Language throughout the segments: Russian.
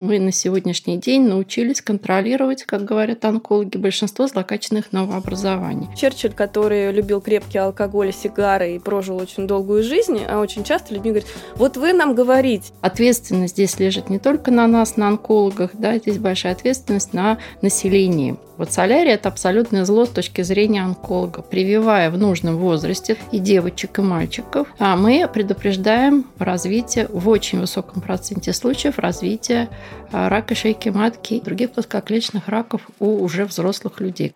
Мы на сегодняшний день научились контролировать, как говорят онкологи, большинство злокачественных новообразований. Черчилль, который любил крепкий алкоголь, сигары и прожил очень долгую жизнь, а очень часто людьми говорят: вот вы нам говорите. Ответственность здесь лежит не только на нас, на онкологах, да, здесь большая ответственность на населении. Вот солярий – это абсолютное зло с точки зрения онколога. Прививая в нужном возрасте и девочек, и мальчиков, мы предупреждаем развитие в очень высоком проценте случаев развития рака шейки матки и других плоскоклеточных раков у уже взрослых людей.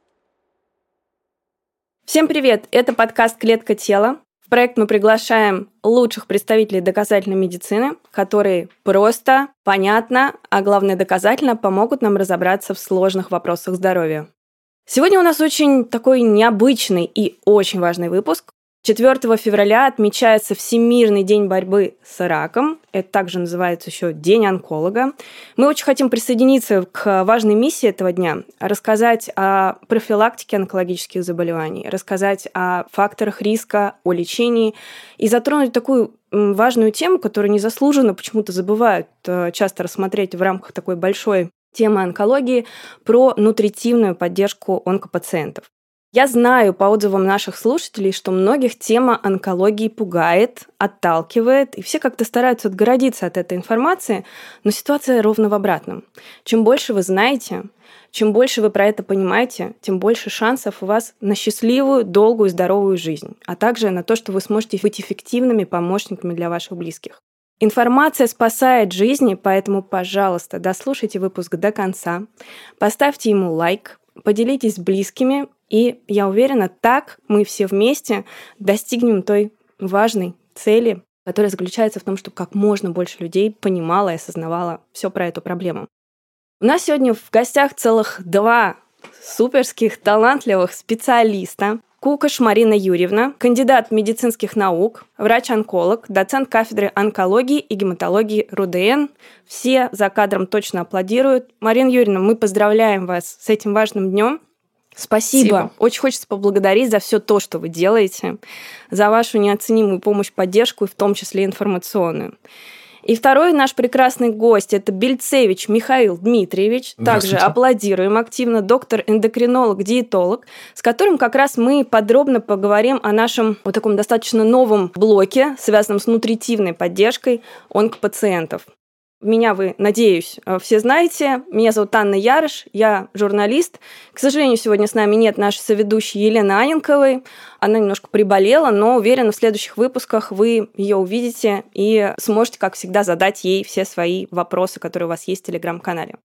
Всем привет! Это подкаст «Клетка тела». В проект мы приглашаем лучших представителей доказательной медицины, которые просто, понятно, а главное доказательно помогут нам разобраться в сложных вопросах здоровья. Сегодня у нас очень такой необычный и очень важный выпуск. 4 февраля отмечается Всемирный день борьбы с раком. Это также называется еще День онколога. Мы очень хотим присоединиться к важной миссии этого дня, рассказать о профилактике онкологических заболеваний, рассказать о факторах риска, о лечении и затронуть такую важную тему, которую незаслуженно почему-то забывают часто рассмотреть в рамках такой большой темы онкологии, про нутритивную поддержку онкопациентов. Я знаю по отзывам наших слушателей, что многих тема онкологии пугает, отталкивает, и все как-то стараются отгородиться от этой информации, но ситуация ровно в обратном. Чем больше вы знаете, чем больше вы про это понимаете, тем больше шансов у вас на счастливую, долгую, здоровую жизнь, а также на то, что вы сможете быть эффективными помощниками для ваших близких. Информация спасает жизни, поэтому, пожалуйста, дослушайте выпуск до конца, поставьте ему лайк, поделитесь с близкими, и я уверена, так мы все вместе достигнем той важной цели, которая заключается в том, чтобы как можно больше людей понимало и осознавало все про эту проблему. У нас сегодня в гостях целых 2 суперских, талантливых специалиста. Кукаш Марина Юрьевна, кандидат медицинских наук, врач-онколог, доцент кафедры онкологии и гематологии РУДН. Все за кадром точно аплодируют. Марина Юрьевна, мы поздравляем вас с этим важным днем. Спасибо. Очень хочется поблагодарить за все то, что вы делаете, за вашу неоценимую помощь, поддержку, и в том числе информационную. И второй наш прекрасный гость – это Бельцевич Михаил Дмитриевич. Также аплодируем активно. Доктор-эндокринолог, диетолог, с которым как раз мы подробно поговорим о нашем вот таком достаточно новом блоке, связанном с нутритивной поддержкой онкопациентов. Меня вы, надеюсь, все знаете. Меня зовут Анна Ярыш, я журналист. К сожалению, сегодня с нами нет нашей соведущей Елены Анненковой. Она немножко приболела, но уверена, в следующих выпусках вы ее увидите и сможете, как всегда, задать ей все свои вопросы, которые у вас есть в Телеграм-канале.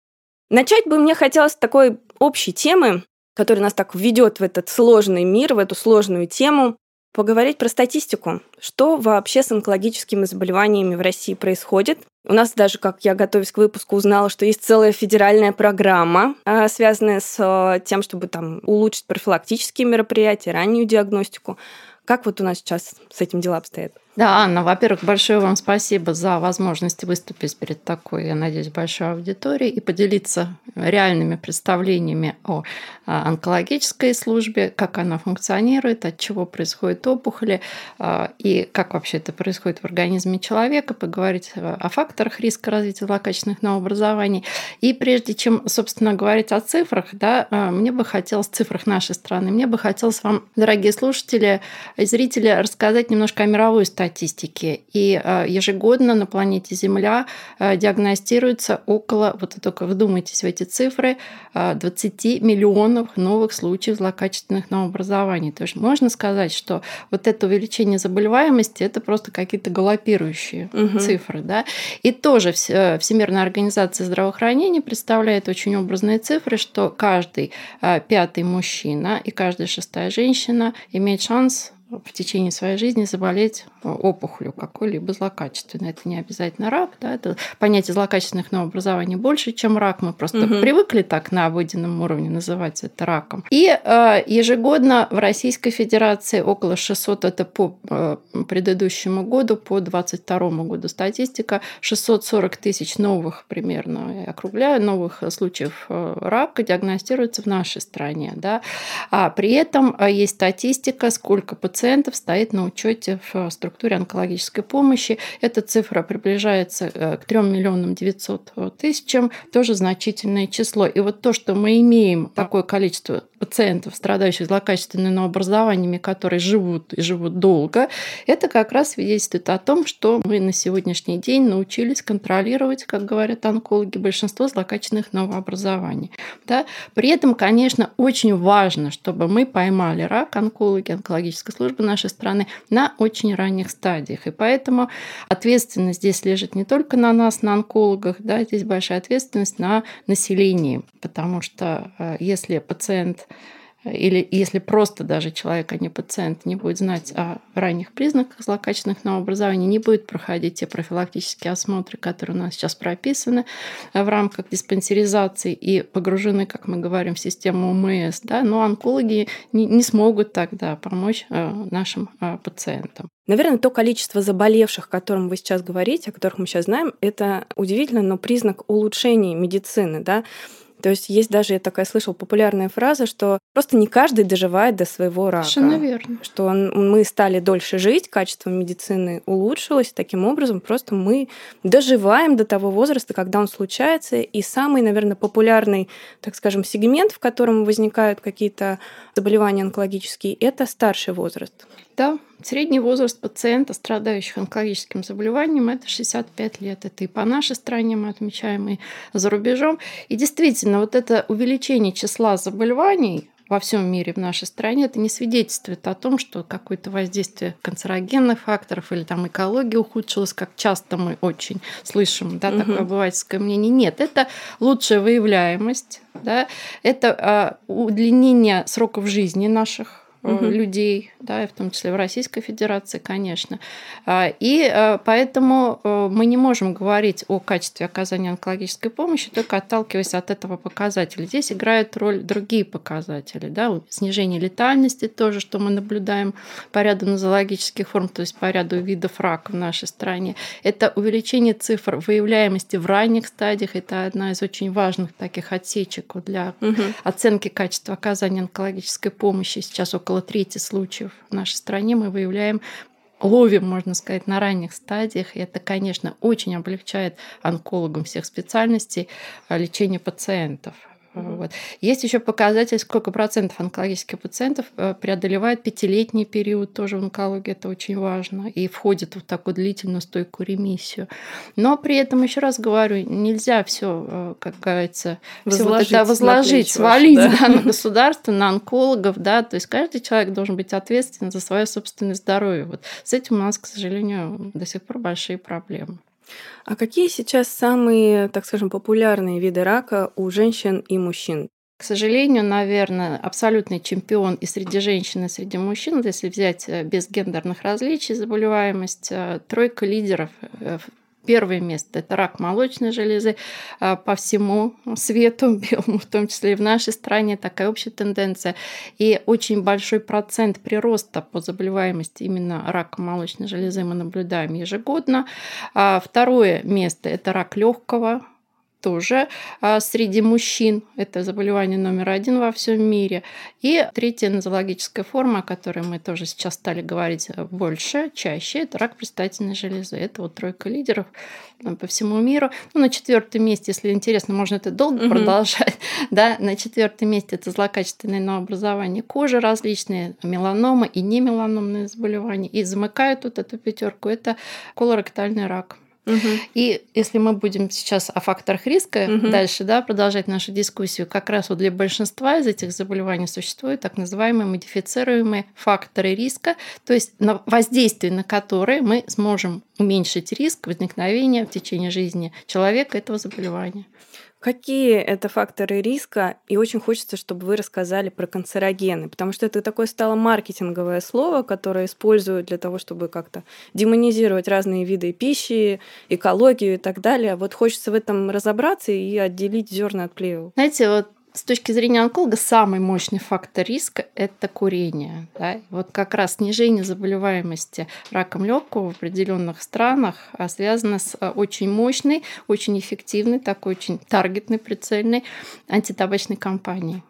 Начать бы мне хотелось с такой общей темы, которая нас так введет в этот сложный мир, в эту сложную тему. Поговорить про статистику. Что вообще с онкологическими заболеваниями в России происходит? У нас даже, как я готовясь к выпуску, узнала, что есть целая федеральная программа, связанная с тем, чтобы улучшить профилактические мероприятия, раннюю диагностику. Как вот у нас сейчас с этим дела обстоят? Да, Анна, во-первых, большое вам спасибо за возможность выступить перед такой, я надеюсь, большой аудиторией и поделиться реальными представлениями о онкологической службе, как она функционирует, от чего происходят опухоли и как вообще это происходит в организме человека, поговорить о факторах риска развития злокачественных новообразований. И прежде чем, собственно, говорить о цифрах, да, мне бы хотелось, цифрах нашей страны, мне бы хотелось вам, дорогие слушатели и зрители, рассказать немножко о мировой статистике. И ежегодно на планете Земля диагностируется около, вот только вдумайтесь в эти цифры, 20 миллионов новых случаев злокачественных новообразований. То есть можно сказать, что вот это увеличение заболеваемости – это просто какие-то галопирующие цифры. Да? И тоже Всемирная организация здравоохранения представляет очень образные цифры, что каждый 5-й мужчина и каждая 6-я женщина имеет шанс в течение своей жизни заболеть опухолью какой-либо злокачественной. Это не обязательно рак, да, это понятие злокачественных новообразований больше, чем рак. Мы просто привыкли так на обыденном уровне называть это раком. И ежегодно в Российской Федерации около 600, это по предыдущему году, по 2022 году статистика, 640 тысяч новых, примерно, я округляю, новых случаев рака диагностируется в нашей стране. Да. А при этом есть статистика, сколько пациентов пациентов стоит на учете в структуре онкологической помощи. Эта цифра приближается к 3 900 000, тоже значительное число. И вот то, что мы имеем такое количество пациентов, страдающих злокачественными новообразованиями, которые живут и живут долго, это как раз свидетельствует о том, что мы на сегодняшний день научились контролировать, как говорят онкологи, большинство злокачественных новообразований. Да? При этом, конечно, очень важно, чтобы мы поймали рак, онкологи, онкологическая служба нашей страны, на очень ранних стадиях. И поэтому ответственность здесь лежит не только на нас, на онкологах, да, здесь большая ответственность на населении, потому что если пациент или если просто даже человек, а не пациент, не будет знать о ранних признаках злокачественных новообразований, не будет проходить те профилактические осмотры, которые у нас сейчас прописаны в рамках диспансеризации и погружены, как мы говорим, в систему ОМС, да, но онкологи не смогут тогда помочь нашим пациентам. Наверное, то количество заболевших, о котором вы сейчас говорите, о которых мы сейчас знаем, это удивительно, но признак улучшения медицины, да. То есть даже, я такая слышала популярная фраза, что просто не каждый доживает до своего рака. Совершенно верно. Что мы стали дольше жить, качество медицины улучшилось, таким образом просто мы доживаем до того возраста, когда он случается. И самый, наверное, популярный, так скажем, сегмент, в котором возникают какие-то заболевания онкологические, это старший возраст. Да, средний возраст пациента, страдающих онкологическим заболеванием, это 65 лет. Это и по нашей стране мы отмечаем, и за рубежом. И действительно, вот это увеличение числа заболеваний во всем мире, в нашей стране, это не свидетельствует о том, что какое-то воздействие канцерогенных факторов или там экология ухудшилась, как часто мы очень слышим, да, такое обывательское мнение. Нет, это лучшая выявляемость, да, это удлинение сроков жизни наших людей, да, и в том числе в Российской Федерации, конечно. И поэтому мы не можем говорить о качестве оказания онкологической помощи, только отталкиваясь от этого показателя. Здесь играют роль другие показатели. Да? Снижение летальности тоже, что мы наблюдаем по ряду нозологических форм, то есть по ряду видов рака в нашей стране. Это увеличение цифр выявляемости в ранних стадиях. Это одна из очень важных таких отсечек для оценки качества оказания онкологической помощи. Сейчас около трети случаев в нашей стране мы ловим, можно сказать, на ранних стадиях. И это, конечно, очень облегчает онкологам всех специальностей лечение пациентов. Вот. Есть еще показатель, сколько процентов онкологических пациентов преодолевает 5-летний период, тоже в онкологии это очень важно, и входит в такую длительную стойкую ремиссию. Но при этом, еще раз говорю, нельзя все, как говорится, возложить, свалить на государство, на онкологов, да, то есть каждый человек должен быть ответственен за свое собственное здоровье. Вот с этим у нас, к сожалению, до сих пор большие проблемы. А какие сейчас самые, так скажем, популярные виды рака у женщин и мужчин? К сожалению, наверное, абсолютный чемпион и среди женщин, и среди мужчин, если взять без гендерных различий заболеваемость, тройка лидеров. Первое место – это рак молочной железы по всему свету, белому, в том числе и в нашей стране, такая общая тенденция. И очень большой процент прироста по заболеваемости именно рака молочной железы мы наблюдаем ежегодно. Второе место – это рак легкого. Тоже среди мужчин это заболевание номер 1 во всем мире. И третья нозологическая форма, о которой мы тоже сейчас стали говорить больше, чаще, это рак предстательной железы. Это вот тройка лидеров по всему миру. Ну, на 4-м месте, если интересно, можно это долго продолжать. Да? На 4-м месте это злокачественные новообразования кожи различные, меланома и немеланомные заболевания. И замыкают вот эту пятерку это колоректальный рак. И если мы будем сейчас о факторах риска дальше, да, продолжать нашу дискуссию, как раз вот для большинства из этих заболеваний существуют так называемые модифицируемые факторы риска, то есть на воздействие на которые мы сможем уменьшить риск возникновения в течение жизни человека этого заболевания. Какие это факторы риска? И очень хочется, чтобы вы рассказали про канцерогены, потому что это такое стало маркетинговое слово, которое используют для того, чтобы как-то демонизировать разные виды пищи, экологию и так далее. Вот хочется в этом разобраться и отделить зерна от плевел. Знаете, вот с точки зрения онколога самый мощный фактор риска – это курение. Да? Вот как раз снижение заболеваемости раком легкого в определенных странах связано с очень мощной, очень эффективной, такой очень таргетной, прицельной антитабачной кампанией.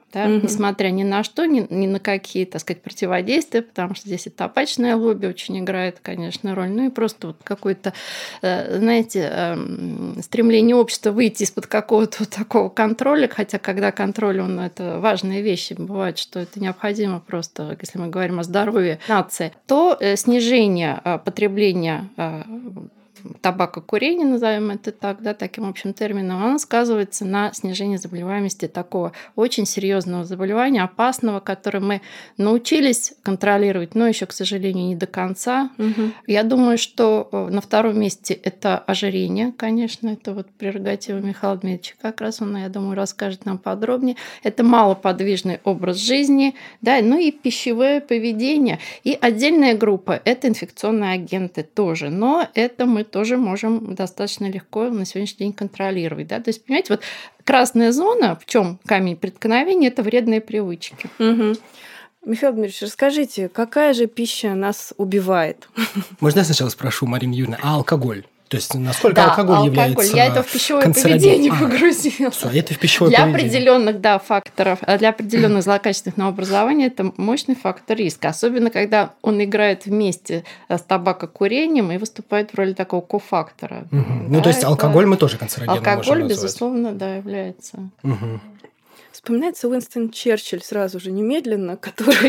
Да, несмотря ни на что, ни на какие, так сказать, противодействия, потому что здесь и табачное лобби очень играет, конечно, роль, ну и просто вот какое-то, знаете, стремление общества выйти из-под какого-то вот такого контроля, хотя когда контроль, это важные вещи, бывает, что это необходимо просто, если мы говорим о здоровье нации, то снижение потребления табакокурение, назовем это так, да, таким общим термином, оно сказывается на снижении заболеваемости такого очень серьезного заболевания, опасного, которое мы научились контролировать, но еще, к сожалению, не до конца. Я думаю, что на втором месте это ожирение, конечно, это вот прерогатива Михаила Дмитриевича, как раз он, я думаю, расскажет нам подробнее. Это малоподвижный образ жизни, да, ну и пищевое поведение. И отдельная группа – это инфекционные агенты тоже, но это мы тоже можем достаточно легко на сегодняшний день контролировать. Да? То есть, понимаете, вот красная зона, в чем камень преткновения, это вредные привычки. Михаил Дмитриевич, расскажите, какая же пища нас убивает? Можно я сначала спрошу, Марина Юрьевна, а алкоголь? То есть, насколько алкоголь является Я это в пищевое поведение погрузила. Это в пищевое поведение. Для определенных факторов, для определенных злокачественных новообразований это мощный фактор риска. Особенно, когда он играет вместе с табакокурением и выступает в роли такого кофактора. Ну, то есть, алкоголь мы тоже канцерогенным можем назвать. Алкоголь, безусловно, да, является. Вспоминается Уинстон Черчилль сразу же, немедленно,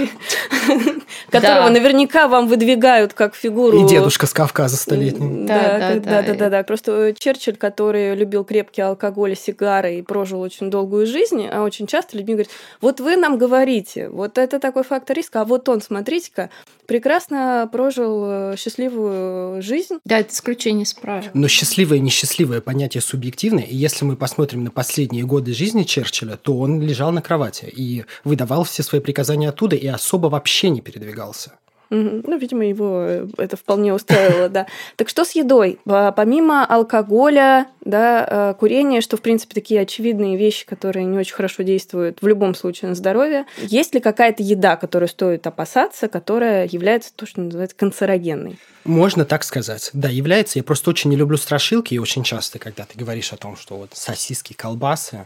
которого наверняка вам выдвигают как фигуру. И дедушка с Кавказа столетний. Да. Просто Черчилль, который любил крепкий алкоголь, сигары и прожил очень долгую жизнь, а очень часто людьми говорят, вот вы нам говорите, вот это такой фактор риска, а вот он, смотрите-ка, прекрасно прожил счастливую жизнь. Да, это исключение из правил. Но счастливое и несчастливое понятие субъективное, и если мы посмотрим на последние годы жизни Черчилля, то он лежал на кровати и выдавал все свои приказания оттуда и особо вообще не передвигался. Ну, видимо, его это вполне устраивало, да. Так что с едой? Помимо алкоголя, да, курения, что, в принципе, такие очевидные вещи, которые не очень хорошо действуют в любом случае на здоровье, есть ли какая-то еда, которую стоит опасаться, которая является то, что называется канцерогенной? Можно так сказать. Да, является. Я просто очень не люблю страшилки, и очень часто, когда ты говоришь о том, что вот сосиски, колбасы...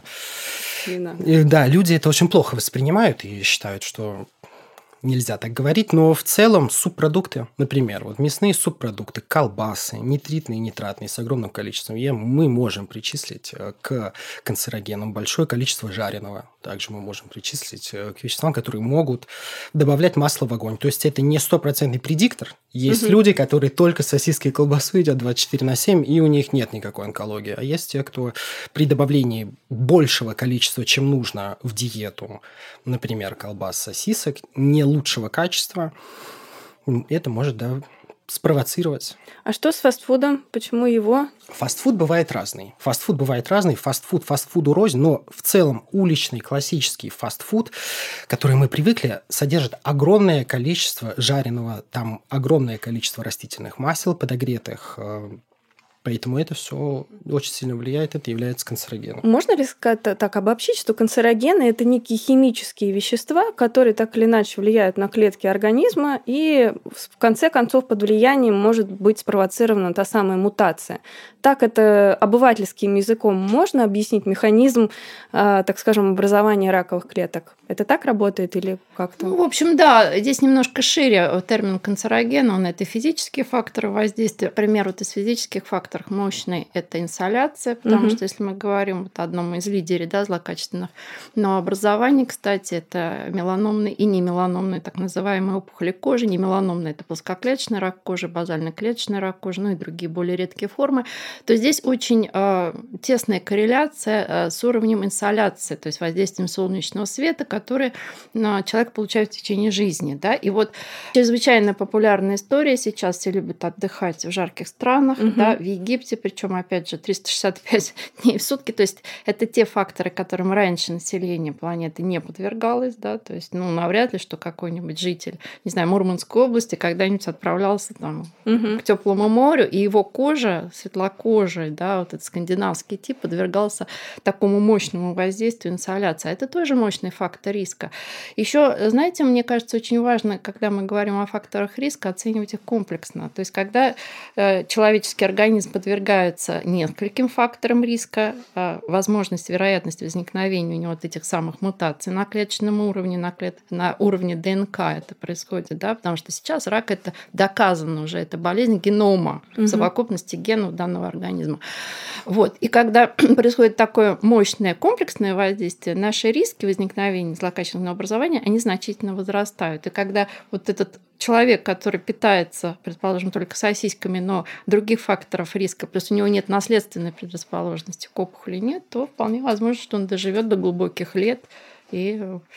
Да, люди это очень плохо воспринимают и считают, что... Нельзя так говорить, но в целом субпродукты, например, вот мясные субпродукты, колбасы, нитритные и нитратные с огромным количеством Е мы можем причислить к канцерогенам. Большое количество жареного также мы можем причислить к веществам, которые могут добавлять масло в огонь. То есть это не стопроцентный предиктор. Есть люди, которые только сосиски и колбасу едят 24/7, и у них нет никакой онкологии. А есть те, кто при добавлении большего количества, чем нужно в диету, например, колбас, сосисок, не лучшего качества, это может, да, спровоцировать. А что с фастфудом? Почему его? Фастфуд бывает разный. Фастфуду рознь, но в целом уличный классический фастфуд, который мы привыкли, содержит огромное количество жареного, там огромное количество растительных масел подогретых, поэтому это все очень сильно влияет, это является канцерогеном. Можно ли так обобщить, что канцерогены – это некие химические вещества, которые так или иначе влияют на клетки организма, и в конце концов под влиянием может быть спровоцирована та самая мутация? Так это обывательским языком можно объяснить механизм, так скажем, образования раковых клеток? Это так работает или как-то? Ну, в общем, да, здесь немножко шире термин канцероген, он это физические факторы воздействия. Например, вот из физических факторов мощный – это инсоляция, потому что если мы говорим вот о одном из лидеров, да, злокачественных новообразований, кстати, это меланомные и немеланомные так называемые опухоли кожи. Немеланомные – это плоскоклеточный рак кожи, базально-клеточный рак кожи, ну и другие более редкие формы. То здесь очень тесная корреляция с уровнем инсоляции, то есть воздействием солнечного света, который человек получает в течение жизни. Да? И вот чрезвычайно популярная история. Сейчас все любят отдыхать в жарких странах, да, в Египте, причем опять же 365 дней в сутки. То есть это те факторы, которым раньше население планеты не подвергалось. Да? То есть навряд ли, что какой-нибудь житель, не знаю, Мурманской области когда-нибудь отправлялся там, к теплому морю, и его кожа, светлокожая, да, вот этот скандинавский тип, подвергался такому мощному воздействию инсоляции. А это тоже мощный фактор риска. Еще, знаете, мне кажется, очень важно, когда мы говорим о факторах риска, оценивать их комплексно. То есть, когда человеческий организм подвергаются нескольким факторам риска, возможность, вероятность возникновения у него вот этих самых мутаций на клеточном уровне, на уровне ДНК это происходит, да, потому что сейчас рак это доказано уже, это болезнь генома, совокупности генов данного организма. Вот. И когда происходит такое мощное комплексное воздействие, наши риски возникновения злокачественного образования, они значительно возрастают. И когда вот этот человек, который питается, предположим, только сосисками, но других факторов риска, плюс у него нет наследственной предрасположенности к опухоли нет, то вполне возможно, что он доживет до глубоких лет и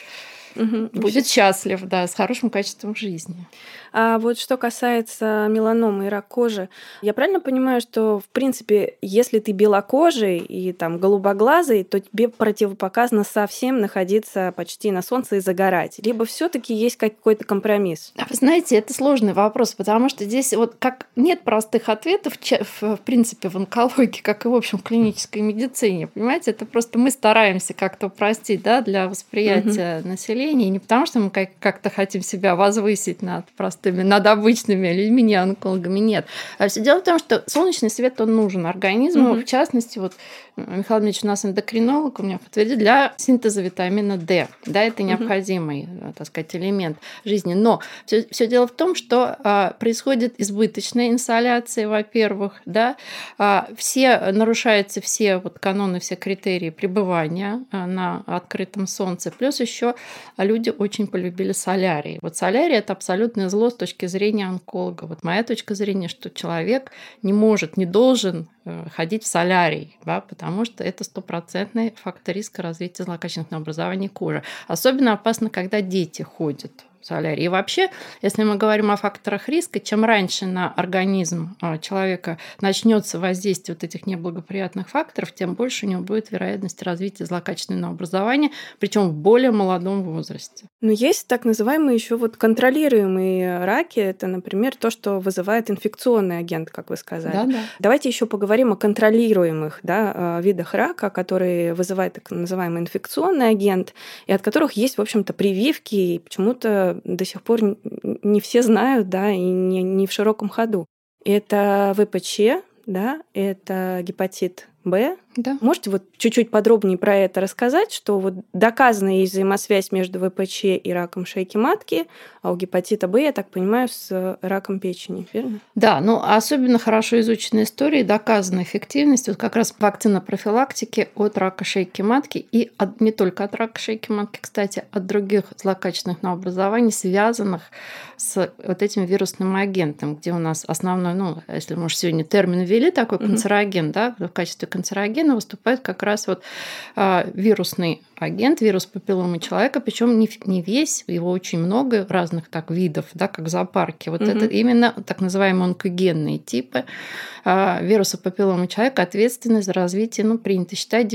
будет счастлив, да, с хорошим качеством жизни. А вот что касается меланомы и рак кожи, я правильно понимаю, что, в принципе, если ты белокожий и там голубоглазый, то тебе противопоказано совсем находиться почти на солнце и загорать? Либо все-таки есть какой-то компромисс? Вы знаете, это сложный вопрос, потому что здесь вот как нет простых ответов, в принципе, в онкологии, как и, в общем, в клинической медицине. Понимаете, это просто мы стараемся как-то упростить, да, для восприятия населения, не потому что мы как-то хотим себя возвысить над обычными людьми, не онкологами, нет. А все дело в том, что солнечный свет, он нужен организму, в частности, вот Михаил Дмитриевич у нас эндокринолог, у меня подтвердит, для синтеза витамина D. Да, это необходимый, так сказать, элемент жизни. Но все дело в том, что происходит избыточная инсоляция, во-первых, да, нарушаются все вот каноны, все критерии пребывания на открытом солнце. Плюс еще люди очень полюбили солярий. Вот солярий – это абсолютное зло с точки зрения онколога. Вот моя точка зрения, что человек не должен ходить в солярий, да, потому что это стопроцентный фактор риска развития злокачественного образования кожи. Особенно опасно, когда дети ходят в солярий. И вообще, если мы говорим о факторах риска, чем раньше на организм человека начнется воздействие вот этих неблагоприятных факторов, тем больше у него будет вероятность развития злокачественного образования, причем в более молодом возрасте. Но есть так называемые еще вот контролируемые раки. Это, например, то, что вызывает инфекционный агент, как вы сказали. Да. Давайте еще поговорим о контролируемых видах рака, которые вызывают так называемый инфекционный агент, и от которых есть, в общем-то, прививки, и почему-то до сих пор не все знают, да, и не в широком ходу. Это ВПЧ, да, это гепатит Б. Да. Можете вот чуть-чуть подробнее про это рассказать, что вот доказана есть взаимосвязь между ВПЧ и раком шейки матки, а у гепатита Б, я так понимаю, с раком печени, верно? Да, особенно хорошо изучены истории, доказана эффективность вот как раз вакцина профилактики от рака шейки матки и не только от рака шейки матки, кстати, от других злокачественных новообразований, связанных с вот этим вирусным агентом, где у нас основной, если мы уже сегодня термин ввели, такой канцероген, да, в качестве канцерогена выступает как раз вот вирусный агент, вирус папилломы человека, причем не весь, его очень много разных видов, да, как в зоопарке. Вот это именно так называемые онкогенные типы вируса папилломы человека ответственны за развитие, принято считать,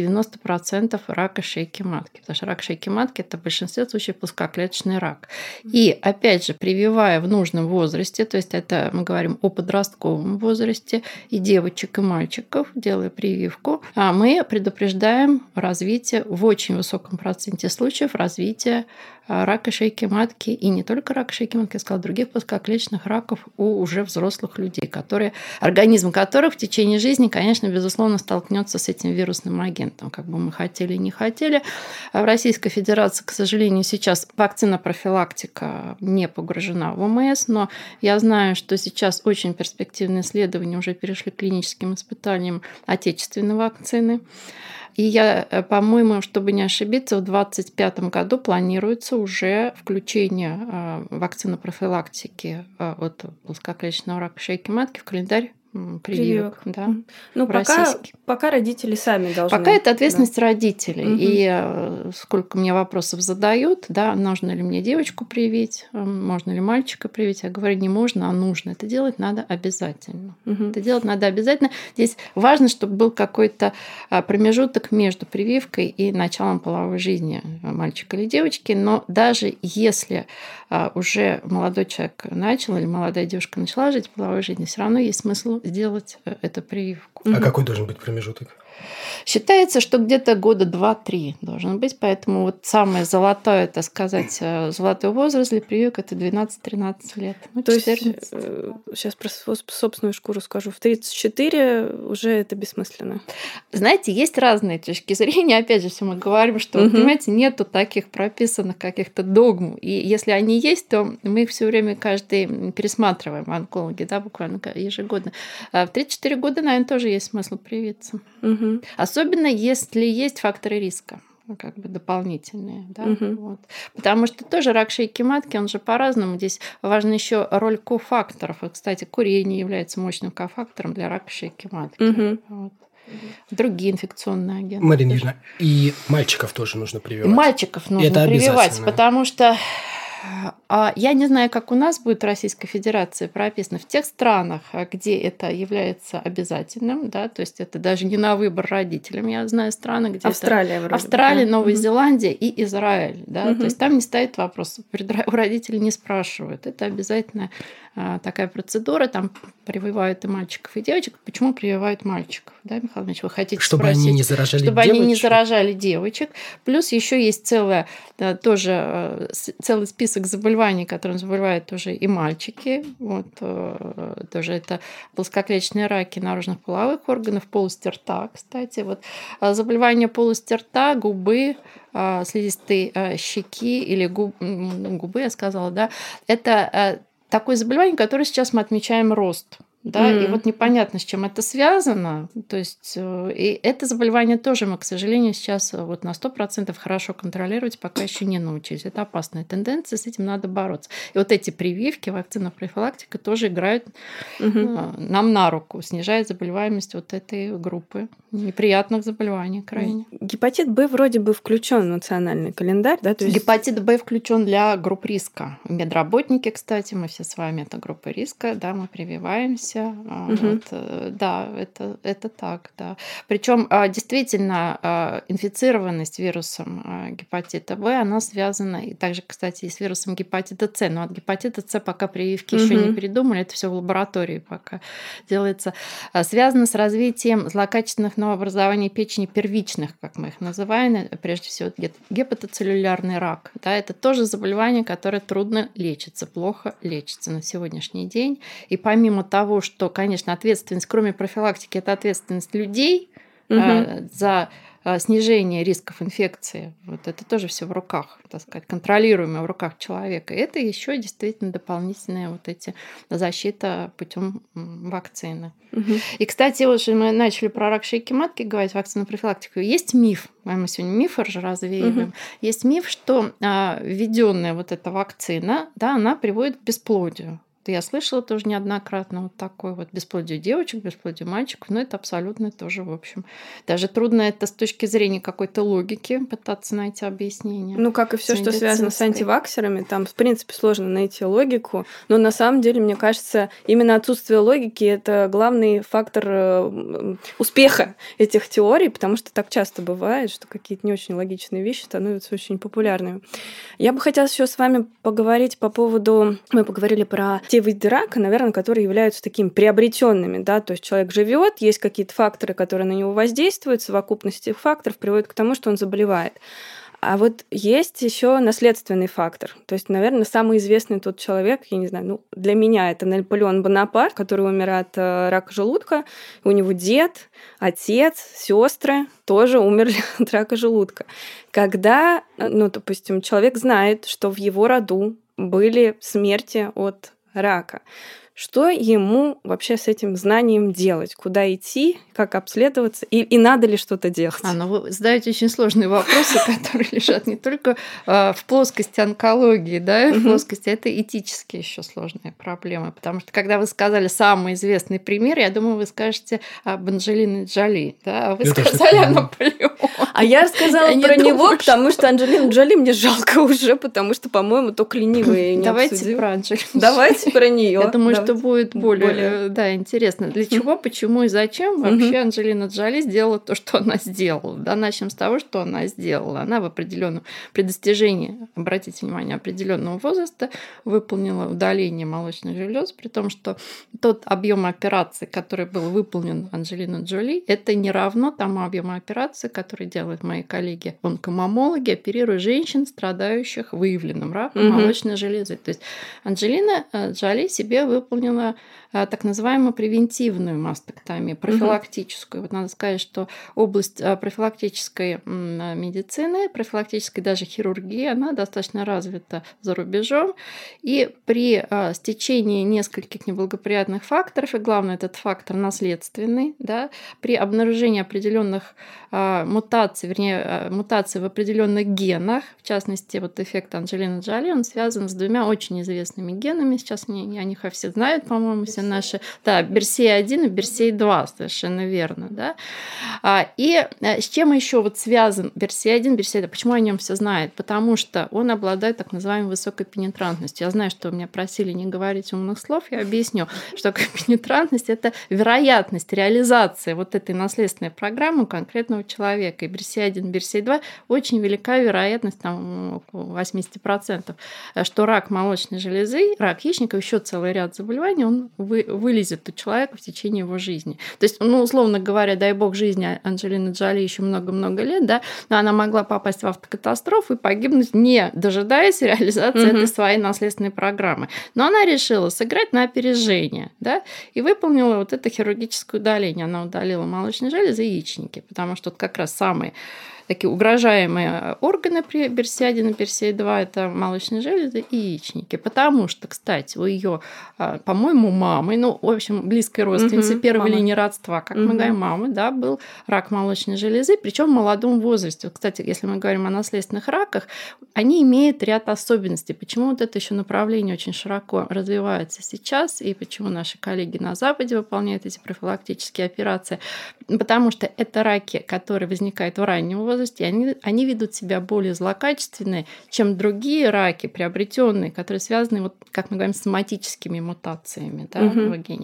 90% рака шейки матки. Потому что рак шейки матки – это в большинстве случаев плоскоклеточный рак. И, опять же, прививая в нужном возрасте, то есть это мы говорим о подростковом возрасте, и девочек, и мальчиков, делая прививку, мы предупреждаем развитие в очень высоком проценте случаев развития рака шейки матки, и не только рака шейки матки, я сказала, других плоскоклеточных раков у уже взрослых людей, организм которых в течение жизни, конечно, безусловно, столкнется с этим вирусным агентом, как бы мы хотели и не хотели. В Российской Федерации, к сожалению, сейчас вакцина-профилактика не погружена в ОМС, но я знаю, что сейчас очень перспективные исследования уже перешли к клиническим испытаниям отечественной вакцины. И я, по-моему, чтобы не ошибиться, в 2025 году планируется уже включение вакцины профилактики от плоскоклеточного рака шейки матки в календарь прививок. Да, пока родители сами должны. Пока это ответственность родителей. И сколько мне вопросов задают, да, нужно ли мне девочку привить, можно ли мальчика привить. Я говорю, не можно, а нужно. Это делать надо обязательно. Это делать надо обязательно. Здесь важно, чтобы был какой-то промежуток между прививкой и началом половой жизни мальчика или девочки. Но даже если уже молодой человек начал или молодая девушка начала жить в половой жизни, все равно есть смысл сделать эту прививку. А какой должен быть промежуток? Считается, что где-то года 2-3 должен быть, поэтому вот самый золотой, так сказать, золотой возраст для прививок – это 12-13 лет. Ну, то есть, сейчас про собственную шкуру скажу, в 34 уже это бессмысленно. Знаете, есть разные точки зрения. Опять же, все мы говорим, что, понимаете, нету таких прописанных каких-то догм. И если они есть, то мы их все время каждый пересматриваем, онкологи, да, буквально ежегодно. А в 34 года, наверное, тоже есть смысл привиться. Особенно если есть факторы риска, как бы дополнительные. Да? Вот. Потому что тоже рак шейки матки, он же по-разному. Здесь важна еще роль кофакторов. И, кстати, курение является мощным кофактором для рака шейки матки. Вот. Другие инфекционные агенты. Марина Юрьевна, и мальчиков тоже нужно прививать. И мальчиков нужно прививать, потому что я не знаю, как у нас будет в Российской Федерации прописано. В тех странах, где это является обязательным, да, то есть это даже не на выбор родителям. Я знаю страны, где Австралия, это... Австралия, Новая Зеландия и Израиль. Да, то есть там не стоит вопрос. У родителей не спрашивают. Это обязательная такая процедура. Там прививают и мальчиков, и девочек. Почему прививают мальчиков? Да, Михаил Ильич, вы хотите чтобы спросить? Они не заражали чтобы девочек? Они не заражали девочек. Плюс еще есть целый список заболеваний, которым заболевают тоже и мальчики. Вот, тоже это плоскоклеточные раки наружных половых органов, полости рта, кстати. Вот, заболевания полости рта, губы, слизистой щеки или губы, я сказала, да, это такое заболевание, которое сейчас мы отмечаем рост. Да, и вот непонятно, с чем это связано. То есть, и это заболевание тоже мы, к сожалению, сейчас вот на 100% хорошо контролировать пока еще не научились. Это опасная тенденция, с этим надо бороться. И вот эти прививки, вакцина, профилактика тоже играют нам на руку, снижает заболеваемость вот этой группы неприятных заболеваний крайне. Гепатит Б вроде бы включен в национальный календарь, да? То есть... Гепатит Б включен для групп риска. Медработники, кстати, мы все с вами, это группа риска, да, мы прививаемся. Вот, да, это так, да. Причем действительно инфицированность вирусом гепатита В, она связана и также, кстати, и с вирусом гепатита С. Но от гепатита С пока прививки еще не придумали, это все в лаборатории пока делается. Связано с развитием злокачественных новообразований печени первичных, как мы их называем, прежде всего гепатоцеллюлярный рак. Да, это тоже заболевание, которое трудно лечится, плохо лечится на сегодняшний день. И помимо того, что, конечно, ответственность, кроме профилактики, это ответственность людей за снижение рисков инфекции. Вот это тоже все в руках, так сказать, контролируемое в руках человека. И это еще действительно дополнительная вот эти защита путем вакцины. И, кстати, вот мы начали про рак шейки матки говорить, вакцину профилактику. Есть миф, мы сегодня мифы же развеиваем. Есть миф, что введенная вот эта вакцина, да, она приводит к бесплодию. Я слышала тоже неоднократно вот такое вот бесплодие девочек, бесплодие мальчиков, но это абсолютно тоже, в общем, даже трудно это с точки зрения какой-то логики пытаться найти объяснение. Ну, как и все, что связано с антиваксерами, там, в принципе, сложно найти логику, но на самом деле, мне кажется, именно отсутствие логики – это главный фактор успеха этих теорий, потому что так часто бывает, что какие-то не очень логичные вещи становятся очень популярными. Я бы хотела еще с вами поговорить по поводу… Мы поговорили про те виды рака, наверное, которые являются такими приобретенными, да, то есть человек живет, есть какие-то факторы, которые на него воздействуют, совокупность этих факторов приводит к тому, что он заболевает. А вот есть еще наследственный фактор. То есть, наверное, самый известный тот человек, я не знаю, ну, для меня это Наполеон Бонапарт, который умер от рака желудка. У него дед, отец, сестры тоже умерли от рака желудка. Когда, ну, допустим, человек знает, что в его роду были смерти от рака. Что ему вообще с этим знанием делать? Куда идти? Как обследоваться? И надо ли что-то делать? Ну вы задаете очень сложные вопросы, которые лежат не только в плоскости онкологии, да, в плоскости, это этические еще сложные проблемы. Потому что, когда вы сказали самый известный пример, я думаю, вы скажете об Анджелине Джоли, да, а вы сказали о Наполеоне. А я рассказала про него, потому что Анджелину Джоли мне жалко уже, потому что, по-моему, только ленивые не Давайте обсудим. про Анджелину. Давайте про нее. Я думаю, что будет более да, интересно. Для чего, почему и зачем вообще Анджелина Джоли сделала то, что она сделала. Да, начнем с того, что она сделала. Она в определенном, при достижении, обратите внимание, определенного возраста выполнила удаление молочных желез, при том, что тот объем операций, который был выполнен Анджелиной Джоли, это не равно тому объему операций, который делают мои коллеги-онкомамологи, оперируя женщин, страдающих выявленным раком молочной железы. То есть Анджелина Джоли себе выполнила так называемую превентивную мастектомию, профилактическую. Вот надо сказать, что область профилактической медицины, профилактической даже хирургии, она достаточно развита за рубежом. И при стечении нескольких неблагоприятных факторов, и главное, этот фактор наследственный, да, при обнаружении определенных мутаций, вернее, мутаций в определенных генах, в частности, вот эффект Анджелины Джоли, он связан с двумя очень известными генами. Сейчас о них все знают, по-моему, все наши. Да, BRCA1 и BRCA2, совершенно верно. Да? И с чем еще вот связан BRCA1, BRCA2? Почему о нем все знают? Потому что он обладает так называемой высокой пенетрантностью. Я знаю, что меня просили не говорить умных слов, я объясню, что такое пенетрантность – это вероятность реализации вот этой наследственной программы у конкретного человека. И BRCA1, BRCA2 очень велика вероятность, там около 80%, что рак молочной железы, рак яичника, еще целый ряд заболеваний, он вылезет у человека в течение его жизни. То есть, условно говоря, дай бог жизни Анджелины Джоли еще много-много лет, да, но она могла попасть в автокатастрофу и погибнуть, не дожидаясь реализации этой своей наследственной программы. Но она решила сыграть на опережение, да, и выполнила вот это хирургическое удаление. Она удалила молочные железы и яичники, потому что как раз самые такие угрожаемые органы при BRCA1 и BRCA2 – это молочные железы и яичники. Потому что, кстати, у ее, по-моему, мамы, в общем, близкой родственницы первой линии родства, как мы говорим, мамы, да, был рак молочной железы, причем в молодом возрасте. Кстати, если мы говорим о наследственных раках, они имеют ряд особенностей. Почему вот это еще направление очень широко развивается сейчас, и почему наши коллеги на Западе выполняют эти профилактические операции? Потому что это раки, которые возникают в раннем возрасте, они ведут себя более злокачественные, чем другие раки, приобретенные, которые связаны, вот, как мы говорим, с соматическими мутациями, да, в гене.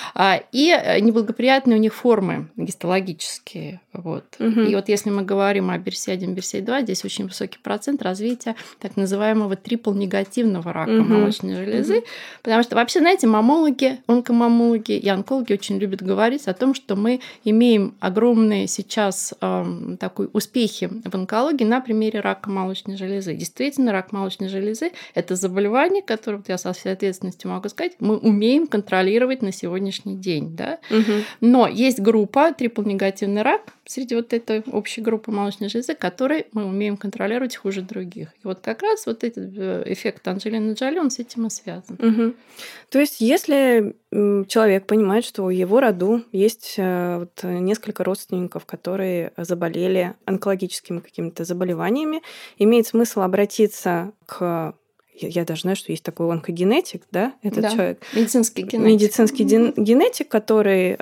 И неблагоприятные у них формы гистологические. Вот. И вот если мы говорим о BRCA1, BRCA2, здесь очень высокий процент развития так называемого трипл-негативного рака молочной железы, потому что вообще, знаете, мамологи, онкомамологи и онкологи очень любят говорить о том, что мы имеем огромные сейчас такой успехи в онкологии на примере рака молочной железы. Действительно, рак молочной железы – это заболевание, которое, вот я со всей ответственностью могу сказать, мы умеем контролировать на сегодняшний день. Да? Но есть группа трипл-негативный рак среди вот этой общей группы молочной железы, которые мы умеем контролировать хуже других. И вот как раз вот этот эффект Анджелины Джоли, он с этим и связан. То есть, если человек понимает, что в его роду есть вот несколько родственников, которые заболели онкологическими какими-то заболеваниями, имеет смысл обратиться к... Я даже знаю, что есть такой онкогенетик, да, этот человек. Медицинский генетик. Медицинский генетик, который...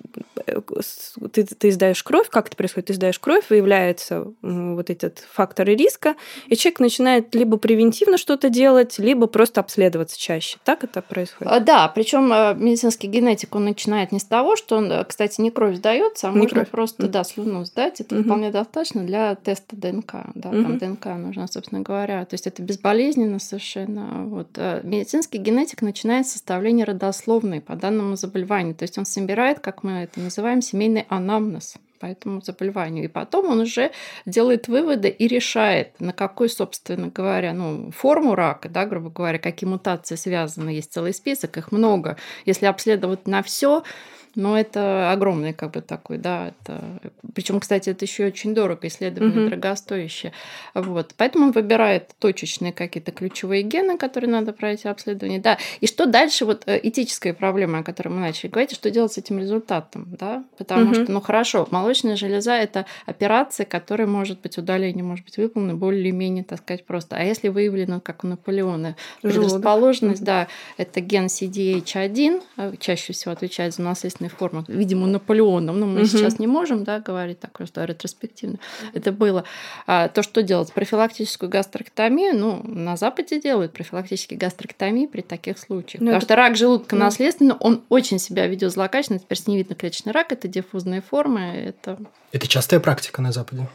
Ты сдаешь кровь, как это происходит? Ты сдаешь кровь, выявляется вот этот фактор риска, и человек начинает либо превентивно что-то делать, либо просто обследоваться чаще. Так это происходит? Да, причем медицинский генетик, он начинает не с того, что он, кстати, не кровь сдается, а можно просто слюну сдать. Это вполне достаточно для теста ДНК. Да, там ДНК нужно, собственно говоря. То есть это безболезненно совершенно. Вот. Медицинский генетик начинает с составления родословной по данному заболеванию. То есть он собирает, как мы это называем, семейный анамнез по этому заболеванию. И потом он уже делает выводы и решает, на какой, собственно говоря, форму рака, да, грубо говоря, какие мутации связаны. Есть целый список, их много. Если обследовать на все, но это огромный такой, да. Причем, кстати, это еще очень дорого, исследование дорогостоящее. Вот. Поэтому он выбирает точечные какие-то ключевые гены, которые надо пройти обследование. Да. И что дальше? Вот этическая проблема, о которой мы начали говорить, что делать с этим результатом, да? Потому что, хорошо, молочная железа – это операция, которая может быть удаление, может быть выполнена более-менее, так сказать, просто. А если выявлено, как у Наполеона, предрасположенность, да, это ген CDH1, чаще всего отвечает за наследственные наследственной формы, видимо, Наполеоном, но мы сейчас не можем, да, говорить так, что ретроспективно это было. То, что делать? Профилактическую гастректомию, на Западе делают профилактические гастректомии при таких случаях. Потому что рак желудка наследственный, он очень себя ведет злокачественно, это перстневидно-клеточный рак, это диффузные формы. Это частая практика на Западе?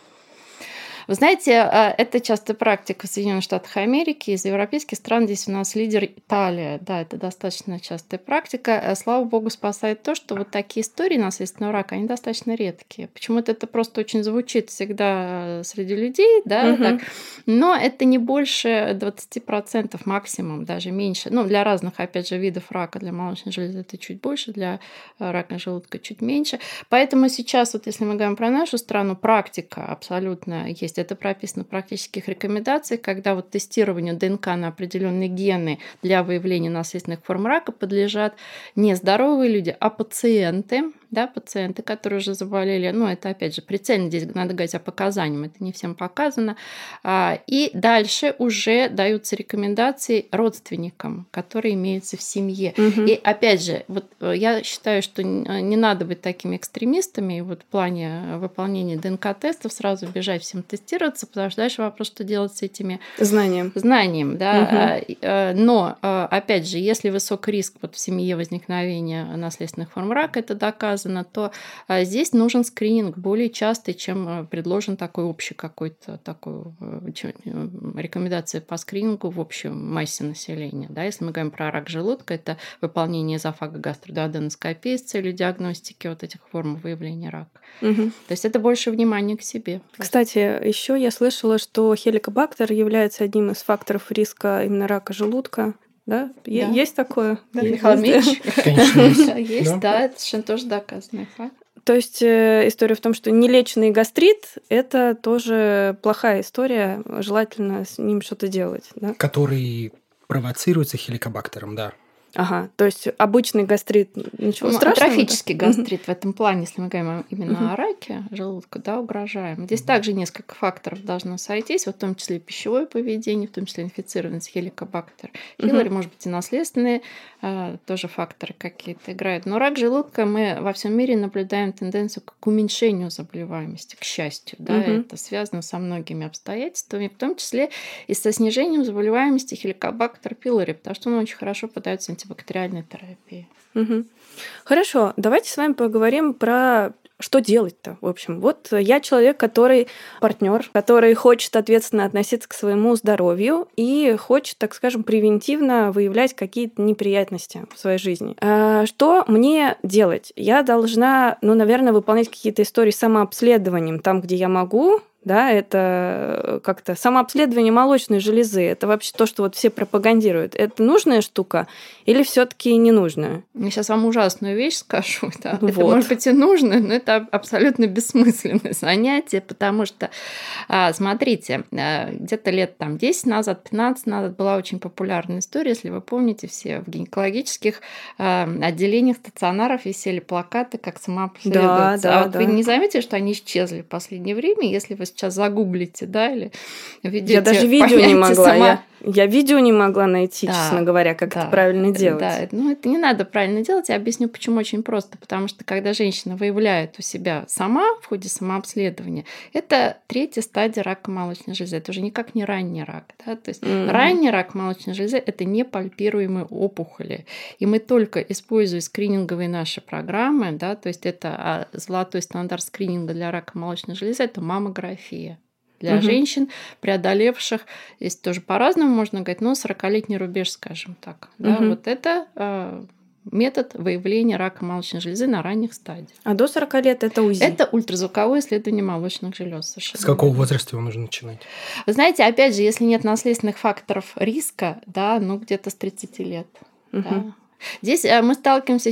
Вы знаете, это частая практика в Соединенных Штатах Америки. Из европейских стран здесь у нас лидер Италия. Да, это достаточно частая практика. Слава богу, спасает то, что вот такие истории наследственного рака, они достаточно редкие. Почему-то это просто очень звучит всегда среди людей, да, так. Но это не больше 20% максимум, даже меньше. Для разных, опять же, видов рака, для молочной железы это чуть больше, для рака желудка чуть меньше. Поэтому сейчас, вот если мы говорим про нашу страну, практика абсолютно есть. Это прописано в практических рекомендациях, когда вот тестированию ДНК на определенные гены для выявления наследственных форм рака подлежат не здоровые люди, а пациенты, которые уже заболели. Это, опять же, прицельно здесь надо говорить о показаниях, это не всем показано. И дальше уже даются рекомендации родственникам, которые имеются в семье. И, опять же, вот я считаю, что не надо быть такими экстремистами, и вот в плане выполнения ДНК-тестов сразу бежать всем тестироваться, потому что дальше вопрос, что делать с этими знанием, да. Но, опять же, если высок риск в семье возникновения наследственных форм рака, это доказано, то здесь нужен скрининг более частый, чем предложен такой общий какой-то такой рекомендации по скринингу в общей массе населения. Да, если мы говорим про рак желудка, это выполнение эзофагогастродуоденоскопии с целью диагностики вот этих форм выявления рака. То есть это больше внимания к себе. Кстати, еще я слышала, что хеликобактер является одним из факторов риска именно рака желудка. Да? Есть такое? Да, Михаил Ильич. Конечно. Есть, да, это совершенно тоже доказанный факт. То есть история в том, что нелеченный гастрит – это тоже плохая история, желательно с ним что-то делать. Да? Который провоцируется хеликобактером, да. Ага, то есть обычный гастрит, ничего страшного? Атрофический гастрит в этом плане, если мы говорим именно о раке желудка, да, угрожаем. Здесь также несколько факторов должно сойтись, в том числе и пищевое поведение, в том числе инфицированность хеликобактер пилори, может быть, и наследственные тоже факторы какие-то играют. Но рак желудка мы во всем мире наблюдаем тенденцию к уменьшению заболеваемости, к счастью. Да, это связано со многими обстоятельствами, в том числе и со снижением заболеваемости хеликобактер пилори, потому что он очень хорошо поддается антибактериальной терапии. Хорошо, давайте с вами поговорим про что делать-то, в общем. Вот я человек, который партнер, который хочет ответственно относиться к своему здоровью и хочет, так скажем, превентивно выявлять какие-то неприятности в своей жизни. Что мне делать? Я должна, наверное, выполнять какие-то истории с самообследованием там, где я могу. Да, это как-то самообследование молочной железы. Это вообще то, что вот все пропагандируют. Это нужная штука или все-таки не нужная? Я сейчас вам ужасную вещь скажу. Да. Вот. Это, может быть, и нужно, но это абсолютно бессмысленное занятие, потому что, смотрите, где-то лет 10 назад, 15 назад была очень популярная история, если вы помните, все в гинекологических отделениях стационаров висели плакаты, как самообследоваться. Да, вы не заметили, что они исчезли в последнее время, если вы сейчас загуглите, да, или введете. Я даже видео не могла. Я видео не могла найти, честно говоря, как это правильно делать. Да, это не надо правильно делать. Я объясню, почему очень просто. Потому что когда женщина выявляет у себя сама в ходе самообследования, это 3-я стадия рака молочной железы. Это уже никак не ранний рак. Да? То есть ранний рак молочной железы – это непальпируемые опухоли. И мы только используя скрининговые наши программы, да, то есть это золотой стандарт скрининга для рака молочной железы – это маммография. Для женщин, преодолевших, здесь тоже по-разному можно говорить, но 40-летний рубеж, скажем так. Да, вот это метод выявления рака молочной железы на ранних стадиях. А до 40 лет это УЗИ? Это ультразвуковое исследование молочных желез. С какого возраста его нужно начинать? Вы знаете, опять же, если нет наследственных факторов риска, да, где-то с 30 лет. Да. Здесь мы сталкиваемся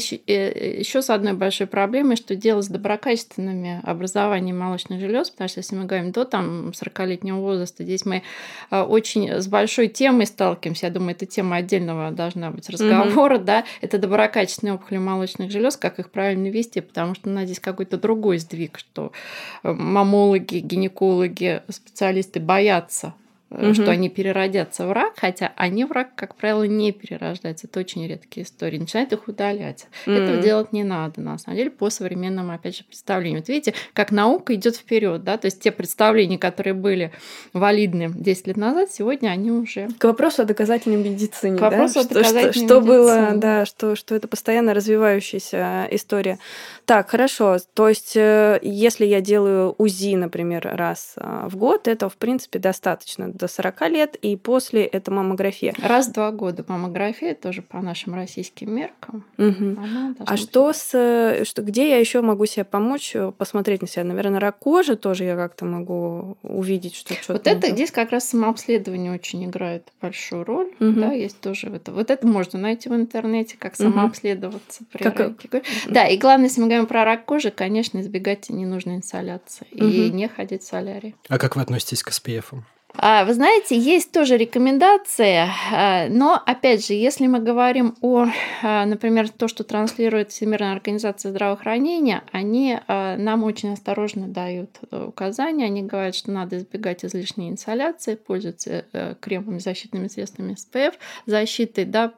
еще с одной большой проблемой, что дело с доброкачественными образованиями молочных желез, потому что если мы говорим до 40-летнего возраста, здесь мы очень с большой темой сталкиваемся. Я думаю, эта тема отдельного должна быть разговора, да, это доброкачественные опухоли молочных желез, как их правильно вести, потому что здесь какой-то другой сдвиг, что маммологи, гинекологи, специалисты боятся что они переродятся в рак, хотя они в рак, как правило, не перерождаются. Это очень редкие истории. Начинают их удалять. Этого делать не надо, на самом деле, по современному, опять же, представлению. Вот видите, как наука идет вперед, да, то есть те представления, которые были валидны 10 лет назад, сегодня они уже... К вопросу о доказательной медицине, К вопросу о доказательной что медицине. Было, да, что это постоянно развивающаяся история. Так, хорошо, то есть если я делаю УЗИ, например, раз в год, этого, в принципе, достаточно до 40 лет, и после это маммография. Раз в 2 года маммография, тоже по нашим российским меркам. А где я еще могу себе помочь, посмотреть на себя? Наверное, рак кожи тоже я как-то могу увидеть, что что-то... Вот это здесь как раз самообследование очень играет большую роль. Да, есть тоже это. Вот это можно найти в интернете, как самообследоваться при раке. Да, и главное, если мы говорим про рак кожи, конечно, избегать ненужной инсоляции и не ходить в солярий. А как вы относитесь к SPF? Вы знаете, есть тоже рекомендации, но, опять же, если мы говорим о, например, то, что транслирует Всемирная организация здравоохранения, они нам очень осторожно дают указания, они говорят, что надо избегать излишней инсоляции, пользоваться кремами, защитными средствами SPF, защитой, да,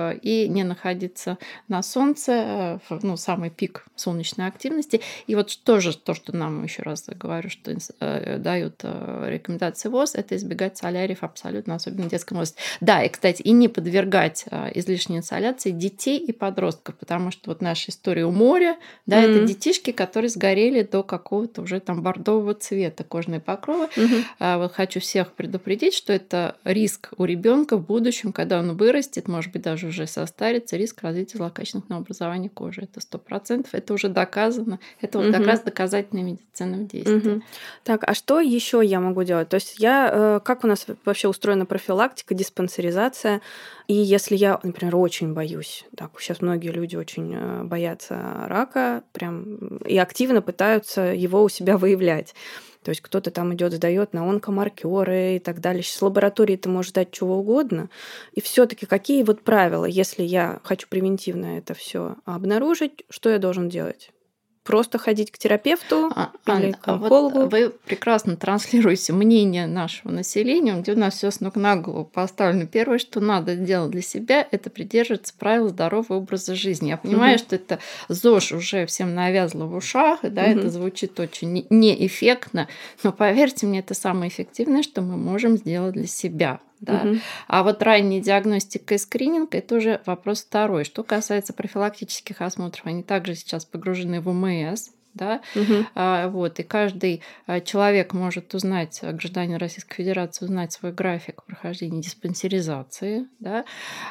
и не находиться на солнце, самый пик солнечной активности. И вот тоже то, что нам, еще раз говорю, что дают рекомендации ВОЗ, это избегать соляриев абсолютно, особенно в детском возрасте. Да, и, кстати, и не подвергать излишней инсоляции детей и подростков, потому что вот наша история у моря, да, это детишки, которые сгорели до какого-то уже там бордового цвета кожные покровы. Вот хочу всех предупредить, что это риск у ребенка в будущем, когда он вырастет, может быть, даже уже состарится, риск развития злокачественных новообразований кожи. Это 100%, это уже доказано. Это вот как раз доказательная медицина в действии. Так, а что еще я могу делать? То есть как у нас вообще устроена профилактика, диспансеризация? И если я, например, очень боюсь, так, сейчас многие люди очень боятся рака, прям и активно пытаются его у себя выявлять. То есть кто-то там идет, сдает на онкомаркеры и так далее. Сейчас в лаборатории ты можешь дать чего угодно. И все-таки какие вот правила, если я хочу превентивно это все обнаружить, что я должен делать? Просто ходить к терапевту или к онкологу? Вот вы прекрасно транслируете мнение нашего населения, где у нас все с ног на голову поставлено. Первое, что надо делать для себя, это придерживаться правил здорового образа жизни. Я понимаю, что это ЗОЖ уже всем навязло в ушах, да, это звучит очень неэффектно, но поверьте мне, это самое эффективное, что мы можем сделать для себя. Да. А вот ранняя диагностика и скрининг – это уже вопрос второй. Что касается профилактических осмотров, они также сейчас погружены в ОМС. Да? Вот, и каждый человек может узнать, гражданин Российской Федерации, узнать свой график прохождения диспансеризации. Да?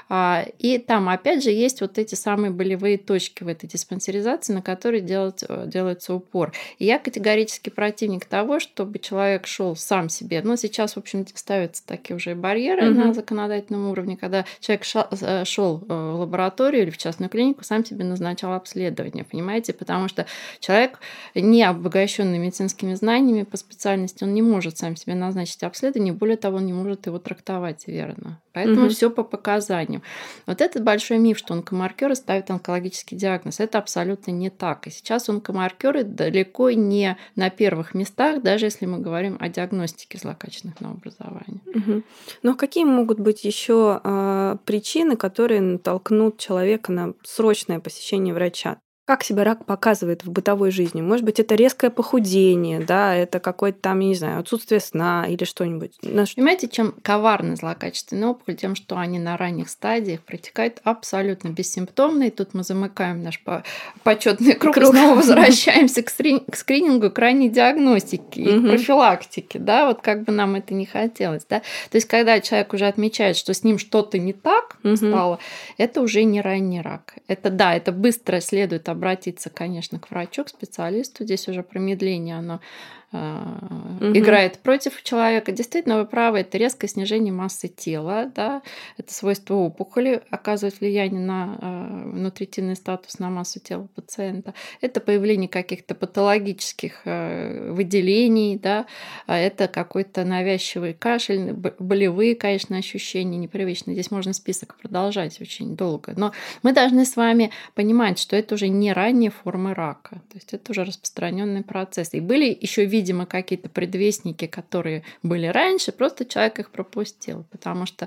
И там, опять же, есть вот эти самые болевые точки в этой диспансеризации, на которые делается упор. И я категорически противник того, чтобы человек шел сам себе. Но сейчас, в общем, ставятся такие уже барьеры на законодательном уровне, когда человек шел в лабораторию или в частную клинику, сам себе назначал обследование, понимаете? Потому что человек, не обогащенный медицинскими знаниями по специальности, он не может сам себе назначить обследование, более того, он не может его трактовать верно. Поэтому все по показаниям. Вот этот большой миф, что онкомаркеры ставят онкологический диагноз, это абсолютно не так. И сейчас онкомаркеры далеко не на первых местах, даже если мы говорим о диагностике злокачественных новообразований. Но какие могут быть еще причины, которые натолкнут человека на срочное посещение врача? Как себя рак показывает в бытовой жизни? Может быть, это резкое похудение, да, это какое-то там, я не знаю, отсутствие сна или что-нибудь. Понимаете, чем коварны злокачественные опухоли? Тем, что они на ранних стадиях протекают абсолютно бессимптомно. И тут мы замыкаем наш почетный круг. Снова возвращаемся к скринингу, к ранней диагностике и к профилактике. Да? Вот как бы нам это не хотелось. Да? То есть, когда человек уже отмечает, что с ним что-то не так стало, это уже не ранний рак. Это быстро следует обратиться, конечно, к врачу, к специалисту. Здесь уже промедление, оно играет против человека. Действительно, вы правы, это резкое снижение массы тела, да? Это свойство опухоли, оказывает влияние на внутрительный статус, на массу тела пациента. Это появление каких-то патологических выделений, да? Это какой-то навязчивый кашель, болевые, конечно, ощущения непривычные. Здесь можно список продолжать очень долго. Но мы должны с вами понимать, что это уже не ранние формы рака. То есть это уже распространенный процесс. И были еще виды видимо, какие-то предвестники, которые были раньше, просто человек их пропустил. Потому что,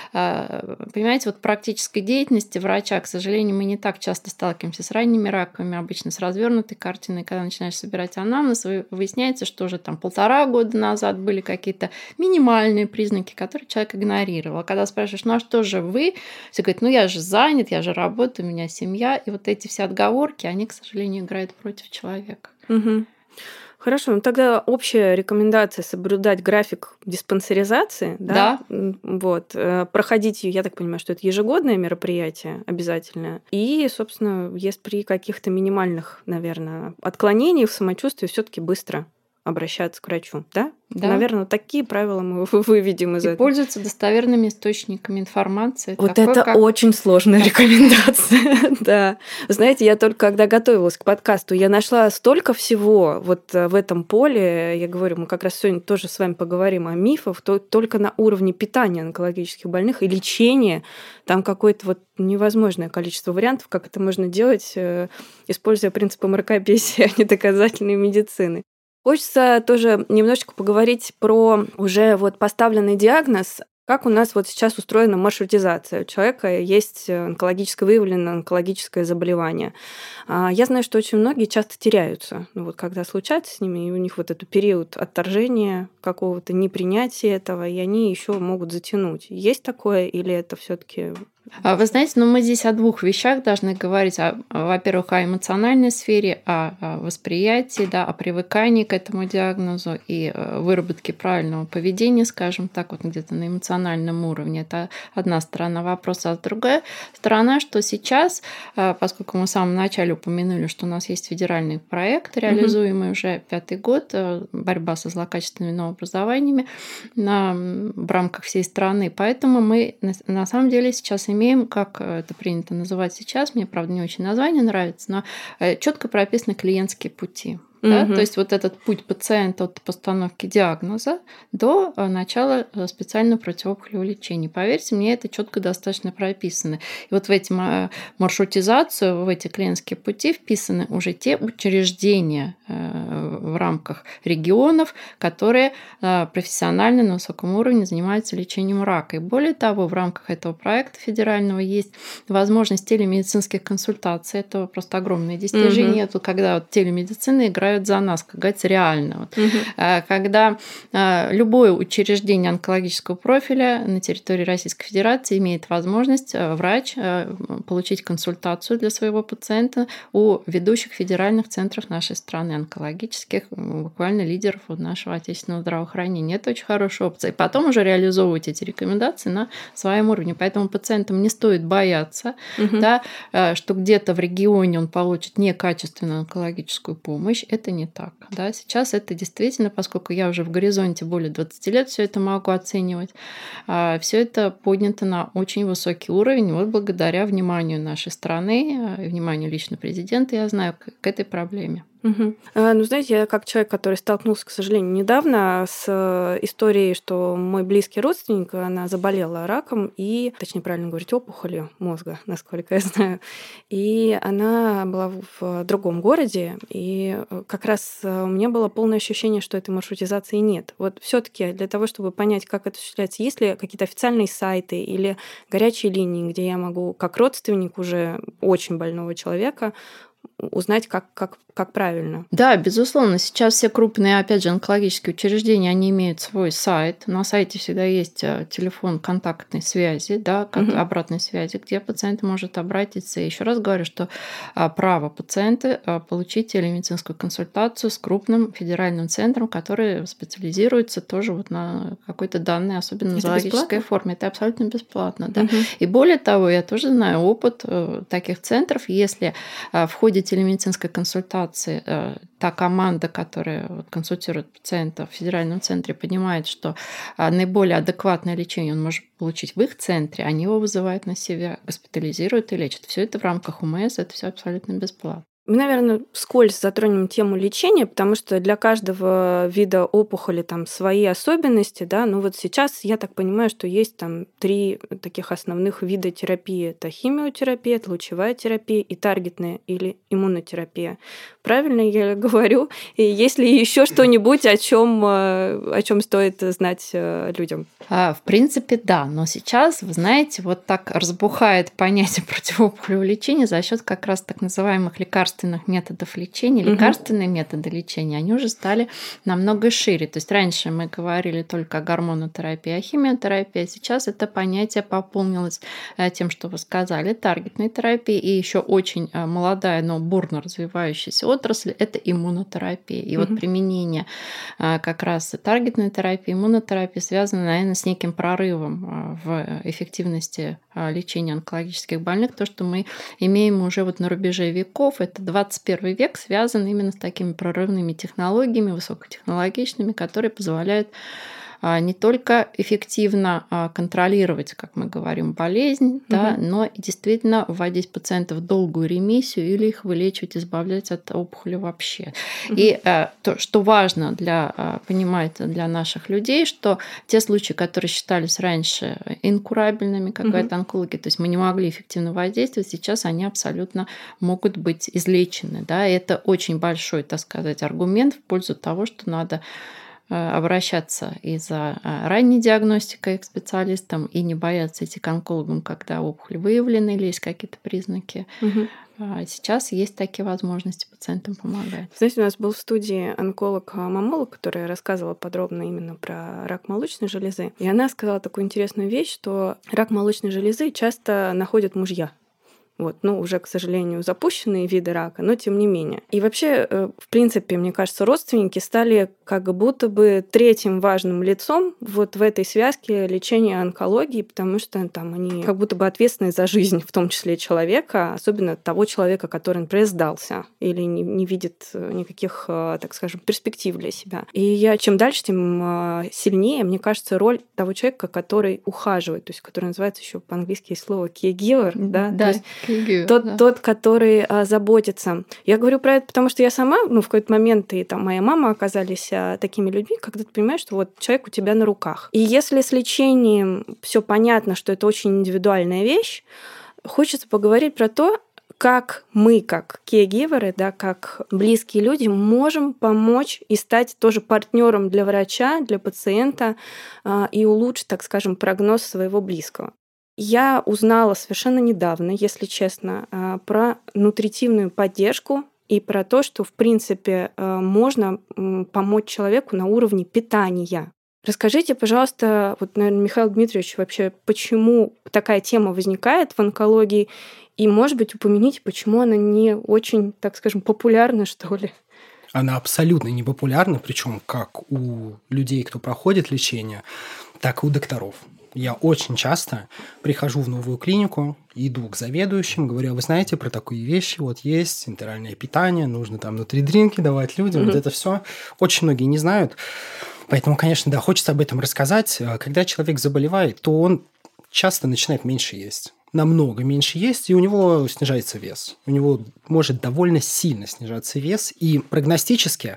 понимаете, вот в практической деятельности врача, к сожалению, мы не так часто сталкиваемся с ранними раковыми, обычно с развернутой картиной. Когда начинаешь собирать анамнез, выясняется, что уже там 1,5 года назад были какие-то минимальные признаки, которые человек игнорировал. А когда спрашиваешь, ну а что же вы? Все говорят, ну я же занят, я же работаю, у меня семья. И вот эти все отговорки, они, к сожалению, играют против человека. Угу. Хорошо, ну тогда общая рекомендация соблюдать график диспансеризации, да? Вот. Проходить, я так понимаю, что это ежегодное мероприятие обязательное. И, собственно, если при каких-то минимальных, наверное, отклонениях в самочувствии все-таки быстро обращаться к врачу, да? Да. Наверное, такие правила мы выведем из этого. И пользоваться достоверными источниками информации. Вот это очень сложная рекомендация. Да. Знаете, я только когда готовилась к подкасту, я нашла столько всего вот в этом поле. Я говорю, мы как раз сегодня тоже с вами поговорим о мифах, только на уровне питания онкологических больных и лечения. Там какое-то вот невозможное количество вариантов, как это можно делать, используя принципы мракобесия, а не доказательной медицины. Хочется тоже немножечко поговорить про уже вот поставленный диагноз. Как у нас вот сейчас устроена маршрутизация? У человека есть выявлено онкологическое заболевание. Я знаю, что очень многие часто теряются, вот когда случается с ними, и у них вот этот период отторжения какого-то, непринятия этого, и они еще могут затянуть. Есть такое или это все-таки... Вы знаете, мы здесь о двух вещах должны говорить. Во-первых, о эмоциональной сфере, о восприятии, да, о привыкании к этому диагнозу и выработке правильного поведения, скажем так, вот где-то на эмоциональном уровне. Это одна сторона вопроса. А другая сторона, что сейчас, поскольку мы в самом начале упомянули, что у нас есть федеральный проект, реализуемый уже 5-й год, борьба со злокачественными новообразованиями в рамках всей страны. Поэтому мы на самом деле сейчас имеем, как это принято называть сейчас, мне, правда, не очень название нравится, но четко прописаны клиентские пути. Да? То есть вот этот путь пациента от постановки диагноза до начала специального противоопухолевого лечения. Поверьте мне, это четко достаточно прописано. И вот в эти маршрутизацию, в эти клиентские пути вписаны уже те учреждения в рамках регионов, которые профессионально на высоком уровне занимаются лечением рака. И более того, в рамках этого проекта федерального есть возможность телемедицинских консультаций. Это просто огромное достижение. Тут, когда вот телемедицина играет за нас, как говорится, реально. Когда любое учреждение онкологического профиля на территории Российской Федерации имеет возможность врач получить консультацию для своего пациента у ведущих федеральных центров нашей страны, онкологических, буквально лидеров нашего отечественного здравоохранения. Это очень хорошая опция. И потом уже реализовывать эти рекомендации на своем уровне. Поэтому пациентам не стоит бояться, да, что где-то в регионе он получит некачественную онкологическую помощь. Это не так. Да? Сейчас это действительно, поскольку я уже в горизонте более 20 лет все это могу оценивать, все это поднято на очень высокий уровень, вот благодаря вниманию нашей страны, вниманию лично президента, я знаю, к этой проблеме. Ну, знаете, я как человек, который столкнулся, к сожалению, недавно с историей, что мой близкий родственник, она заболела раком и, точнее, правильно говорить, опухолью мозга, насколько я знаю. И она была в другом городе, и как раз у меня было полное ощущение, что этой маршрутизации нет. Вот все-таки для того, чтобы понять, как это осуществляется, есть ли какие-то официальные сайты или горячие линии, где я могу, как родственник уже очень больного человека, узнать, как правильно. Да, безусловно. Сейчас все крупные, опять же, онкологические учреждения, они имеют свой сайт. На сайте всегда есть телефон контактной связи, да, обратной связи, где пациент может обратиться. И еще раз говорю, что право пациента получить телемедицинскую консультацию с крупным федеральным центром, который специализируется тоже вот на какой-то данной, особенно на зоологической форме. Это абсолютно бесплатно. Да. И более того, я тоже знаю опыт таких центров, если в ходе телемедицинской консультации та команда, которая консультирует пациента в федеральном центре, понимает, что наиболее адекватное лечение он может получить в их центре, они его вызывают на себя, госпитализируют и лечат. Все это в рамках УМС, это все абсолютно бесплатно. Мы, наверное, вскользь затронем тему лечения, потому что для каждого вида опухоли там свои особенности, да. Но вот сейчас я так понимаю, что есть там 3 таких основных вида терапии: это химиотерапия, это лучевая терапия и таргетная или иммунотерапия. Правильно я говорю? И есть ли еще что-нибудь, о чем стоит знать людям? В принципе, да. Но сейчас, вы знаете, вот так разбухает понятие противоопухолевого лечения за счет как раз так называемых лекарственных методов лечения. Лекарственные методы лечения, они уже стали намного шире. То есть раньше мы говорили только о гормонотерапии, о химиотерапии, а сейчас это понятие пополнилось тем, что вы сказали, таргетной терапии, и еще очень молодая, но бурно развивающаяся отрасль – это иммунотерапия. И вот применение как раз таргетной терапии, иммунотерапии связано, наверное, с неким прорывом в эффективности лечения онкологических больных. То, что мы имеем уже вот на рубеже веков, это 21 век, связан именно с такими прорывными технологиями, высокотехнологичными, которые позволяют не только эффективно контролировать, как мы говорим, болезнь, да, но и действительно вводить пациентов в долгую ремиссию или их вылечивать, избавлять от опухоли вообще. И то, что важно понимать для наших людей, что те случаи, которые считались раньше инкурабельными, как говорят онкологи, то есть мы не могли эффективно воздействовать, сейчас они абсолютно могут быть излечены. Да, и это очень большой, так сказать, аргумент в пользу того, что надо обращаться и за ранней диагностикой к специалистам, и не бояться идти к онкологам, когда опухоль выявлена или есть какие-то признаки. Сейчас есть такие возможности пациентам помогать. Знаете, у нас был в студии онколог-мамолог, который рассказывала подробно именно про рак молочной железы. И она сказала такую интересную вещь, что рак молочной железы часто находят мужья. Вот, уже, к сожалению, запущенные виды рака, но тем не менее. И вообще, в принципе, мне кажется, родственники стали как будто бы третьим важным лицом вот в этой связке лечения онкологии, потому что там они как будто бы ответственны за жизнь, в том числе человека, особенно того человека, который, например, сдался или не видит никаких, так скажем, перспектив для себя. И я чем дальше, тем сильнее, мне кажется, роль того человека, который ухаживает, то есть который называется еще по-английски слово caregiver, да? Да. Тот, который заботится. Я говорю про это, потому что я сама, в какой-то момент, и там моя мама оказались такими людьми, когда ты понимаешь, что вот человек у тебя на руках. И если с лечением все понятно, что это очень индивидуальная вещь, хочется поговорить про то, как мы, как caregivers, да, как близкие люди, можем помочь и стать тоже партнером для врача, для пациента и улучшить, так скажем, прогноз своего близкого. Я узнала совершенно недавно, если честно, про нутритивную поддержку и про то, что, в принципе, можно помочь человеку на уровне питания. Расскажите, пожалуйста, вот, наверное, Михаил Дмитриевич, вообще, почему такая тема возникает в онкологии, и, может быть, упомяните, почему она не очень, так скажем, популярна, что ли? Она абсолютно не популярна, причем как у людей, кто проходит лечение, так и у докторов. Я очень часто прихожу в новую клинику, иду к заведующим, говорю: вы знаете про такие вещи, вот есть интервальное питание, нужно там нутридринки давать людям, вот это все. Очень многие не знают, поэтому, конечно, да, хочется об этом рассказать. Когда человек заболевает, то он часто начинает меньше есть. Намного меньше есть, и у него снижается вес. У него может довольно сильно снижаться вес, и прогностически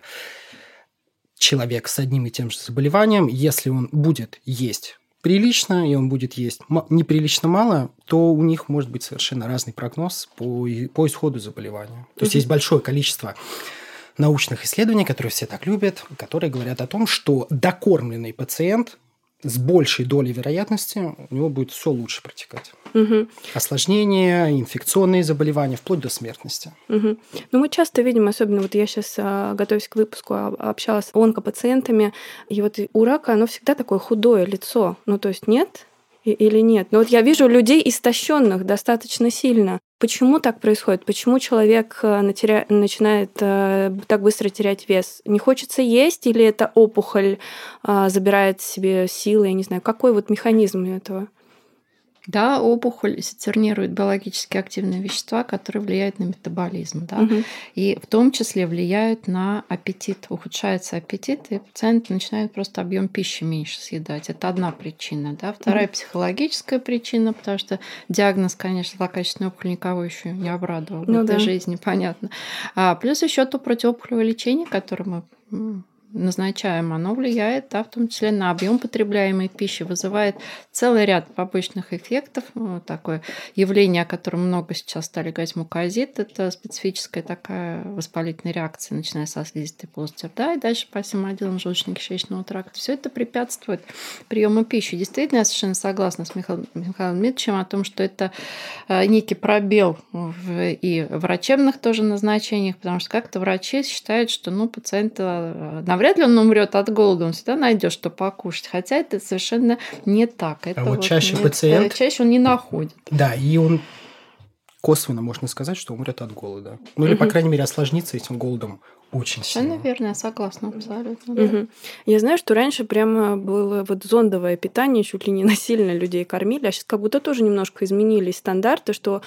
человек с одним и тем же заболеванием, если он будет есть прилично, и он будет есть неприлично мало, то у них может быть совершенно разный прогноз по исходу заболевания. То есть есть большое количество научных исследований, которые все так любят, которые говорят о том, что докормленный пациент с большей долей вероятности у него будет все лучше протекать. Осложнения, инфекционные заболевания, вплоть до смертности. Мы часто видим, особенно вот я сейчас, готовясь к выпуску, общалась с онкопациентами, и вот у рака оно всегда такое худое лицо. То есть нет или нет? Но вот я вижу людей истощенных достаточно сильно. Почему так происходит? Почему человек начинает так быстро терять вес? Не хочется есть или это опухоль забирает себе силы? Я не знаю. Какой вот механизм этого? Да, опухоль секрецирует биологически активные вещества, которые влияют на метаболизм, да, и в том числе влияют на аппетит. Ухудшается аппетит, и пациент начинает просто объем пищи меньше съедать. Это одна причина, да. Вторая психологическая причина, потому что диагноз, конечно, злокачественная опухоль никого еще не обрадовал в этой жизни, понятно. Плюс еще то противоопухолевое лечение, которое мы назначаем, оно влияет, да, в том числе на объем потребляемой пищи, вызывает целый ряд побочных эффектов. Такое явление, о котором много сейчас стали говорить, мукозит, это специфическая такая воспалительная реакция, начиная со слизистой полости рта и дальше по всем отделам желудочно-кишечного тракта. Все это препятствует приему пищи. Действительно, я совершенно согласна с Михаилом Дмитриевичем о том, что это некий пробел и врачебных тоже назначениях, потому что как-то врачи считают, что пациент навряд ли он умрет от голода, он всегда найдет, что покушать. Хотя это совершенно не так. Это вот чаще пациент... Чаще он не находит. Да, и он косвенно, можно сказать, что умрет от голода. Или, по крайней мере, осложнится этим голодом очень сильно. Совершенно верно, я согласна абсолютно. Да. Я знаю, что раньше прямо было зондовое питание, чуть ли не насильно людей кормили, а сейчас как будто тоже немножко изменились стандарты, что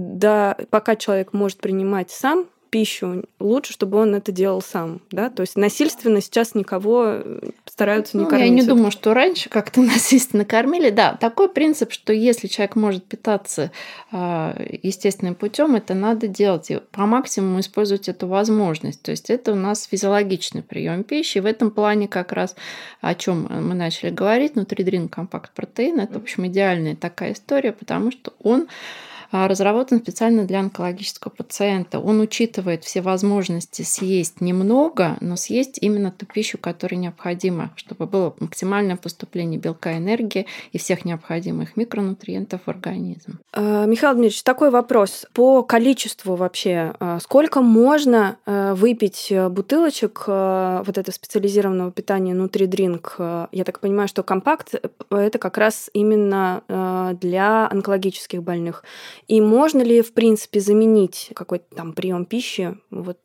пока человек может принимать сам пищу, лучше, чтобы он это делал сам, да, то есть насильственно сейчас никого стараются не кормить. Я не думаю, что раньше как-то насильственно кормили. Да, такой принцип, что если человек может питаться естественным путем, это надо делать и по максимуму использовать эту возможность. То есть это у нас физиологичный прием пищи. В этом плане как раз о чем мы начали говорить, нутридрин компакт протеин, это, в общем, идеальная такая история, потому что он разработан специально для онкологического пациента. Он учитывает все возможности съесть немного, но съесть именно ту пищу, которая необходима, чтобы было максимальное поступление белка, энергии и всех необходимых микронутриентов в организм. Михаил Дмитриевич, такой вопрос. По количеству вообще, сколько можно выпить бутылочек вот этого специализированного питания Нутридринк? Я так понимаю, что компакт – это как раз именно для онкологических больных. И можно ли, в принципе, заменить какой-то там прием пищи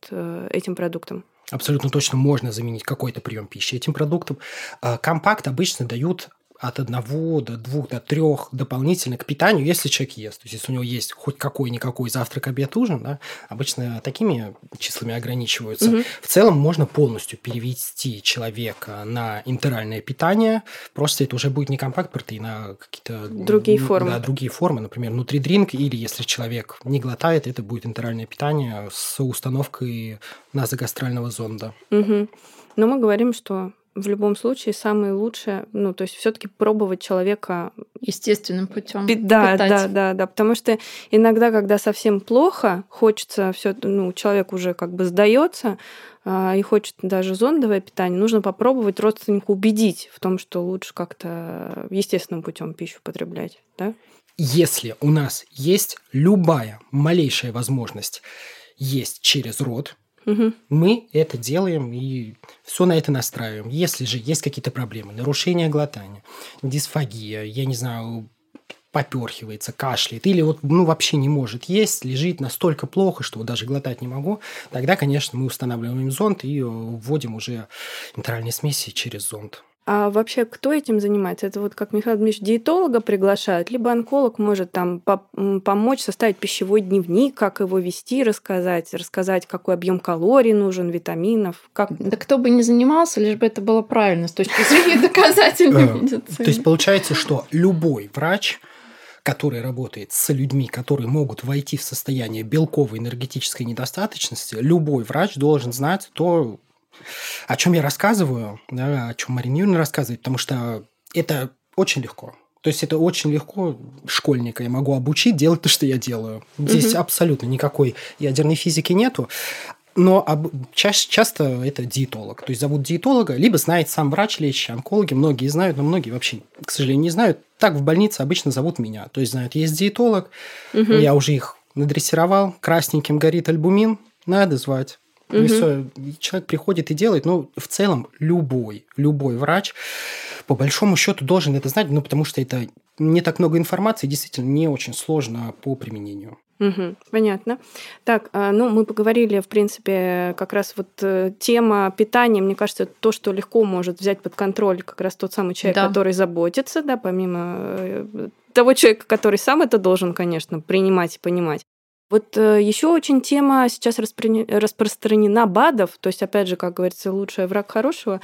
этим продуктом? Абсолютно точно можно заменить какой-то прием пищи этим продуктом. Компакт обычно дают от 1 до 2 до 3 дополнительно к питанию, если человек ест. То есть, если у него есть хоть какой-никакой завтрак, обед, ужин, да, обычно такими числами ограничиваются. В целом можно полностью перевести человека на интеральное питание. Просто это уже будет не компакт протеин, а какие-то другие формы. Да, другие формы, например, нутридринк, или если человек не глотает, это будет интеральное питание с установкой назогастрального зонда. Но мы говорим, что в любом случае самое лучшее, то есть все-таки пробовать человека естественным путем. Да, потому что иногда, когда совсем плохо, хочется человек уже как бы сдается и хочет даже зондовое питание, нужно попробовать родственника убедить в том, что лучше как-то естественным путем пищу потреблять, да? Если у нас есть любая малейшая возможность есть через рот, мы это делаем и все на это настраиваем. Если же есть какие-то проблемы, нарушение глотания, дисфагия, я не знаю, поперхивается, кашляет, или вообще не может есть, лежит настолько плохо, что даже глотать не могу, тогда, конечно, мы устанавливаем зонд и вводим уже интеральные смеси через зонд. А вообще, кто этим занимается? Это как Михаил Дмитриевич, диетолога приглашают, либо онколог может там помочь составить пищевой дневник, как его вести, рассказать, какой объем калорий нужен, витаминов. Как... Да кто бы ни занимался, лишь бы это было правильно с точки зрения доказательной медицины. То есть получается, что любой врач, который работает с людьми, которые могут войти в состояние белковой энергетической недостаточности, любой врач должен знать то, о чем я рассказываю, да, о чем Марина Юрьевна рассказывает, потому что это очень легко. То есть это очень легко школьника я могу обучить делать то, что я делаю. Здесь абсолютно никакой ядерной физики нету. Но часто это диетолог. То есть зовут диетолога, либо знает сам врач, лечащий, онкологи. Многие знают, но многие вообще, к сожалению, не знают. Так в больнице обычно зовут меня. То есть знают, есть диетолог, я уже их надрессировал, красненьким горит альбумин, надо звать. И все, человек приходит и делает. Ну, в целом, любой врач, по большому счету, должен это знать, ну, потому что это не так много информации, действительно, не очень сложно по применению. Понятно. Так, ну, мы поговорили, в принципе, как раз вот тема питания, мне кажется, то, что легко может взять под контроль как раз тот самый человек, который заботится, да, помимо того человека, который сам это должен, конечно, принимать и понимать. Вот еще очень тема сейчас распространена БАДов, то есть, опять же, как говорится, лучший враг хорошего,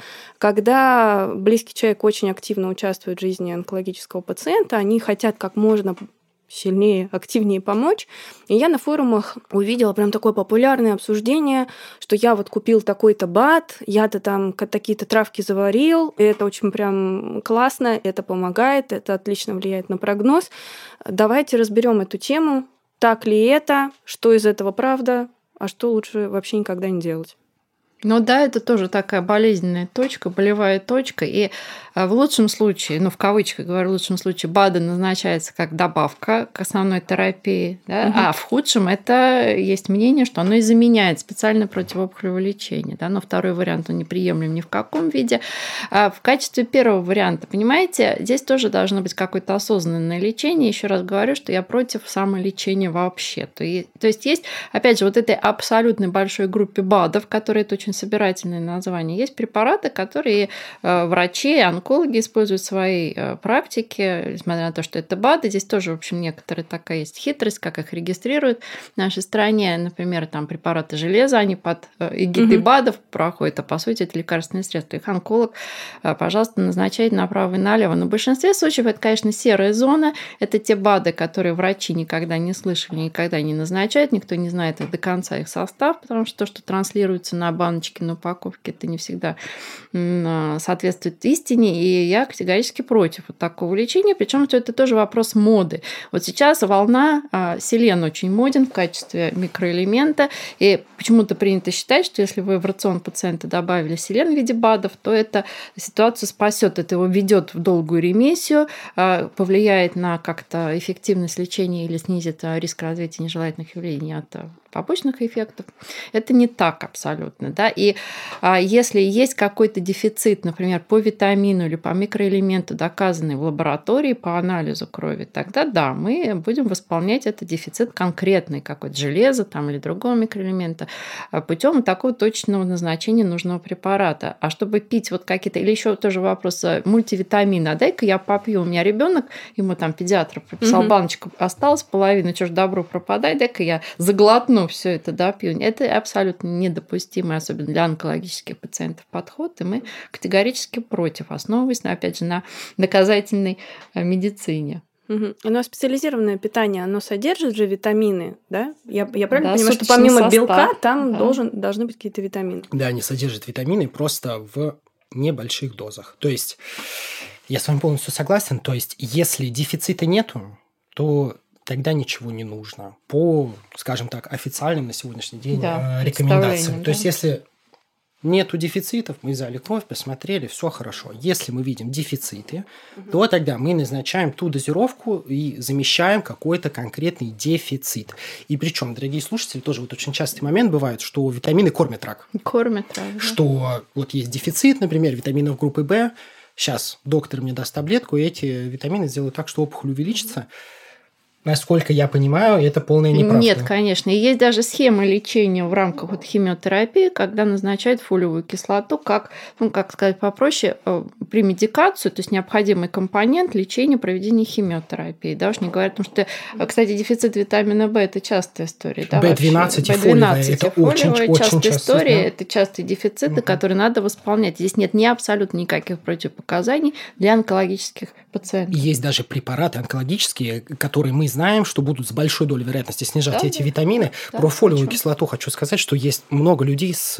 когда близкий человек очень активно участвует в жизни онкологического пациента, они хотят как можно сильнее, активнее помочь. И я на форумах увидела прям такое популярное обсуждение, что я вот купил такой-то БАД, я-то там такие-то травки заварил, и это очень прям классно, это помогает, это отлично влияет на прогноз. Давайте разберем эту тему. Так ли это, что из этого правда, а что лучше вообще никогда не делать? Ну да, это тоже такая болезненная точка, болевая точка. И в лучшем случае, ну в кавычках говорю, в лучшем случае БАДы назначается как добавка к основной терапии, да? А в худшем это есть мнение, что оно и заменяет специальное противоопухолевое лечение. Да? Но второй вариант, он неприемлем ни в каком виде. А в качестве первого варианта, понимаете, здесь тоже должно быть какое-то осознанное лечение. Еще раз говорю, что я против самолечения вообще. То есть есть, опять же, вот этой абсолютно большой группе БАДов, которые это очень собирательное название. Есть препараты, которые врачи, онкологи используют в своей практике, несмотря на то, что это БАДы. Здесь тоже, в общем, некоторая такая есть хитрость, как их регистрируют в нашей стране. Например, там препараты железа, они под эгидой БАДов проходят, а по сути это лекарственные средства. Их онколог, пожалуйста, назначает направо и налево. Но в большинстве случаев это, конечно, серая зона. Это те БАДы, которые врачи никогда не слышали, никогда не назначают. Никто не знает их до конца, их состав, потому что то, что транслируется на баночке, на упаковке, это не всегда соответствует истине, и я категорически против вот такого лечения, причем это тоже вопрос моды. Вот сейчас волна селен очень моден в качестве микроэлемента, и почему-то принято считать, что если вы в рацион пациента добавили селен в виде БАДов, то это ситуацию спасет, это его ведет в долгую ремиссию, повлияет на как-то эффективность лечения или снизит риск развития нежелательных явлений от побочных эффектов. Это не так абсолютно. Да? И если есть какой-то дефицит, например, по витамину или по микроэлементу, доказанный в лаборатории по анализу крови, тогда да, мы будем восполнять этот дефицит конкретный какой-то железа там, или другого микроэлемента путем такого точного назначения нужного препарата. А чтобы пить вот какие-то... Или еще тоже вопрос мультивитамина. А дай-ка я попью. У меня ребенок, ему там педиатр прописал, баночка осталась, половина, что ж добро пропадать, дай-ка я заглотну все это допью. Это абсолютно недопустимый, особенно для онкологических пациентов, подход, и мы категорически против, основываясь, опять же, на доказательной медицине. Но специализированное питание, оно содержит же витамины, да? Я правильно понимаю, что помимо состав, белка там должны быть какие-то витамины? Да, они содержат витамины просто в небольших дозах. То есть, я с вами полностью согласен, то есть, если дефицита нету, то тогда ничего не нужно по, скажем так, официальным на сегодняшний день рекомендациям. То есть, если нету дефицитов, мы взяли кровь, посмотрели, все хорошо. Если мы видим дефициты, то тогда мы назначаем ту дозировку и замещаем какой-то конкретный дефицит. И причем, дорогие слушатели, тоже вот очень частый момент бывает, что витамины кормят рак. Кормят рак, да. Что вот есть дефицит, например, витаминов группы В. Сейчас доктор мне даст таблетку, и эти витамины сделают так, что опухоль увеличится. Насколько я понимаю, это полная неправда. Нет, конечно. И есть даже схема лечения в рамках вот химиотерапии, когда назначают фолиевую кислоту как, ну, как сказать попроще, премедикацию, то есть необходимый компонент лечения проведения химиотерапии. Да, уж не говорят, потому что, кстати, дефицит витамина В – это частая история. Да, B12 и фолиевая – это очень частая история, это частые дефициты, которые надо восполнять. Здесь нет ни абсолютно никаких противопоказаний для онкологических пациентов. Есть даже препараты онкологические, которые мы знаем, что будут с большой долей вероятности снижать эти витамины. Про фолиевую кислоту хочу сказать, что есть много людей с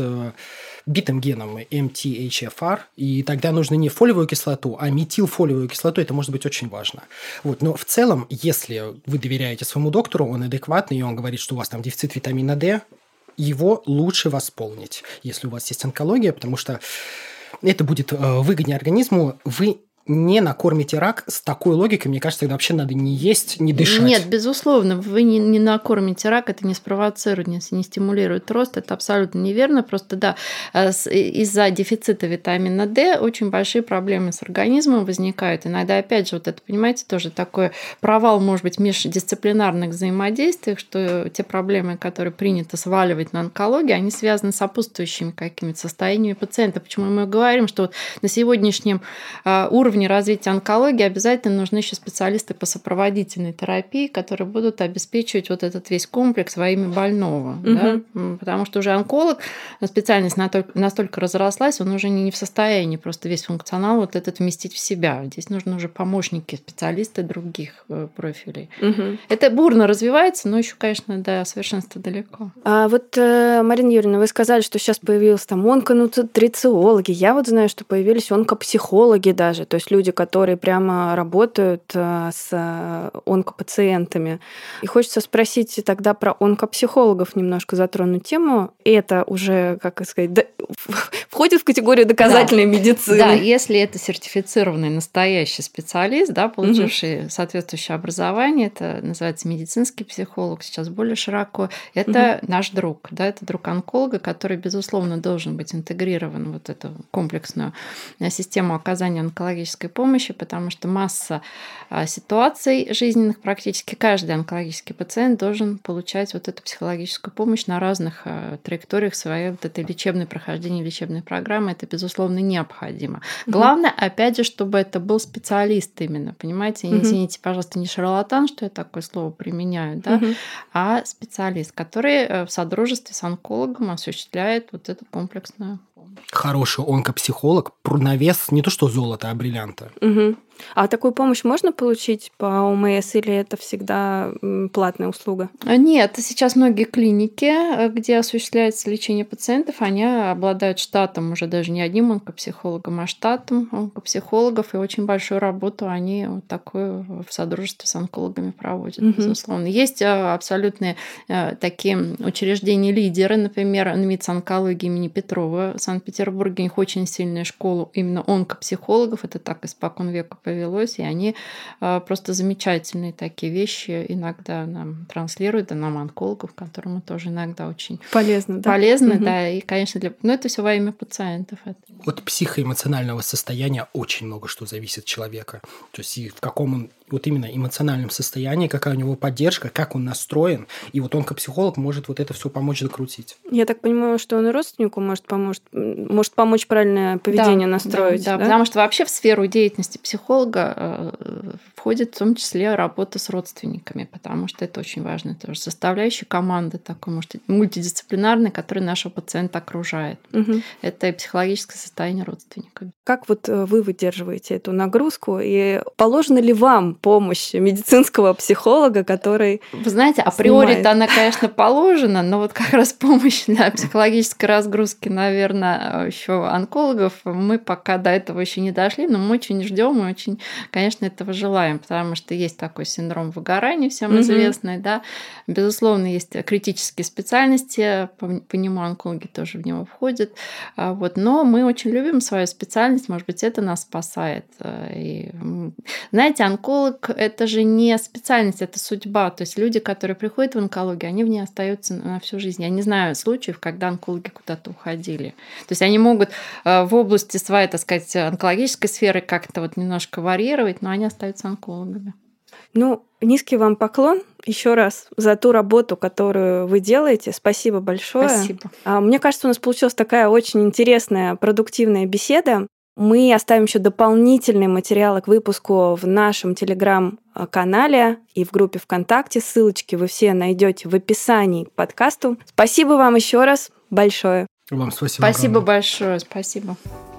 битым геном MTHFR, и тогда нужно не фолиевую кислоту, а метилфолиевую кислоту. Это может быть очень важно. Вот. Но в целом, если вы доверяете своему доктору, он адекватный, и он говорит, что у вас там дефицит витамина D, его лучше восполнить, если у вас есть онкология, потому что это будет выгоднее организму. Вы не накормите рак, с такой логикой, мне кажется, тогда вообще надо не есть, не дышать. Нет, безусловно, вы не накормите рак, это не спровоцирует, не стимулирует рост, это абсолютно неверно. Просто да, из-за дефицита витамина D очень большие проблемы с организмом возникают. Иногда, опять же, вот это, понимаете, тоже такой провал, может быть, в междисциплинарных взаимодействиях, что те проблемы, которые принято сваливать на онкологию, они связаны с сопутствующими какими-то состояниями пациента. Почему мы говорим, что вот на сегодняшнем уровне развития онкологии обязательно нужны еще специалисты по сопроводительной терапии, которые будут обеспечивать вот этот весь комплекс во имя больного. Да? Потому что уже онколог, специальность настолько разрослась, он уже не в состоянии просто весь функционал вот этот вместить в себя. Здесь нужны уже помощники, специалисты других профилей. Это бурно развивается, но еще, конечно, до совершенства далеко. А вот, Марина Юрьевна, вы сказали, что сейчас появились там онконутрициологи. Я вот знаю, что появились онкопсихологи даже. То есть люди, которые прямо работают с онкопациентами. И хочется спросить тогда про онкопсихологов, немножко затронуть тему. Это уже, как сказать, входит в категорию доказательной медицины. Да, если это сертифицированный настоящий специалист, да, получивший соответствующее образование, это называется медицинский психолог, сейчас более широко, это наш друг, да, это друг онколога, который, безусловно, должен быть интегрирован в вот эту комплексную систему оказания онкологической помощи, потому что масса ситуаций жизненных, практически каждый онкологический пациент должен получать вот эту психологическую помощь на разных траекториях своей вот этой прохождения лечебной программы. Это, безусловно, необходимо. Главное, опять же, чтобы это был специалист именно, понимаете? Извините, пожалуйста, не шарлатан, что я такое слово применяю, да, а специалист, который в содружестве с онкологом осуществляет вот эту комплексную помощь. Хороший онкопсихолог на вес не то что золота, а бриллианта. А такую помощь можно получить по ОМС или это всегда платная услуга? Нет, сейчас многие клиники, где осуществляется лечение пациентов, они обладают штатом уже даже не одним онкопсихологом, а штатом онкопсихологов, и очень большую работу они вот такую в содружестве с онкологами проводят, безусловно. Есть абсолютные такие учреждения-лидеры, например, НМИЦ онкологии имени Петрова в Санкт-Петербурге, у них очень сильная школа именно онкопсихологов, это так испокон века повелось, и они просто замечательные такие вещи иногда нам транслируют, а нам, онкологов, которым тоже иногда очень полезно, да, и, конечно, это все во имя пациентов. От психоэмоционального состояния очень много что зависит от человека. То есть и в каком он вот именно эмоциональном состоянии, какая у него поддержка, как он настроен, и вот онкопсихолог может вот это все помочь закрутить. Я так понимаю, что он и родственнику может помочь правильное поведение настроить. Да, потому что вообще в сферу деятельности психолога входит в том числе работа с родственниками, потому что это очень важно тоже. Составляющая команды такой, может, мультидисциплинарной, которая нашего пациента окружает. Это и психологическое состояние родственников. Как вот вы выдерживаете эту нагрузку, и положена ли вам помощь медицинского психолога, который Вы знаете, априори-то она, конечно, положена, но вот как раз помощь для психологической разгрузки, наверное, еще онкологов, мы пока до этого еще не дошли, но мы очень ждем и очень, конечно, этого желаем, потому что есть такой синдром выгорания, всем известный, да. Безусловно, есть критические специальности, по нему онкологи тоже в него входят, вот. Но мы очень любим свою специальность, может быть, это нас спасает. И, знаете, онколог – это же не специальность, это судьба. То есть люди, которые приходят в онкологию, они в ней остаются на всю жизнь. Я не знаю случаев, когда онкологи куда-то уходили. То есть они могут в области своей, так сказать, онкологической сферы как-то вот немножко варьировать, но они остаются онкологами. Низкий вам поклон еще раз за ту работу, которую вы делаете. Спасибо большое. Спасибо. Мне кажется, у нас получилась такая очень интересная, продуктивная беседа. Мы оставим еще дополнительные материалы к выпуску в нашем телеграм-канале и в группе ВКонтакте. Ссылочки вы все найдете в описании к подкасту. Спасибо вам еще раз большое. Вам спасибо. Спасибо огромное. Большое. Спасибо.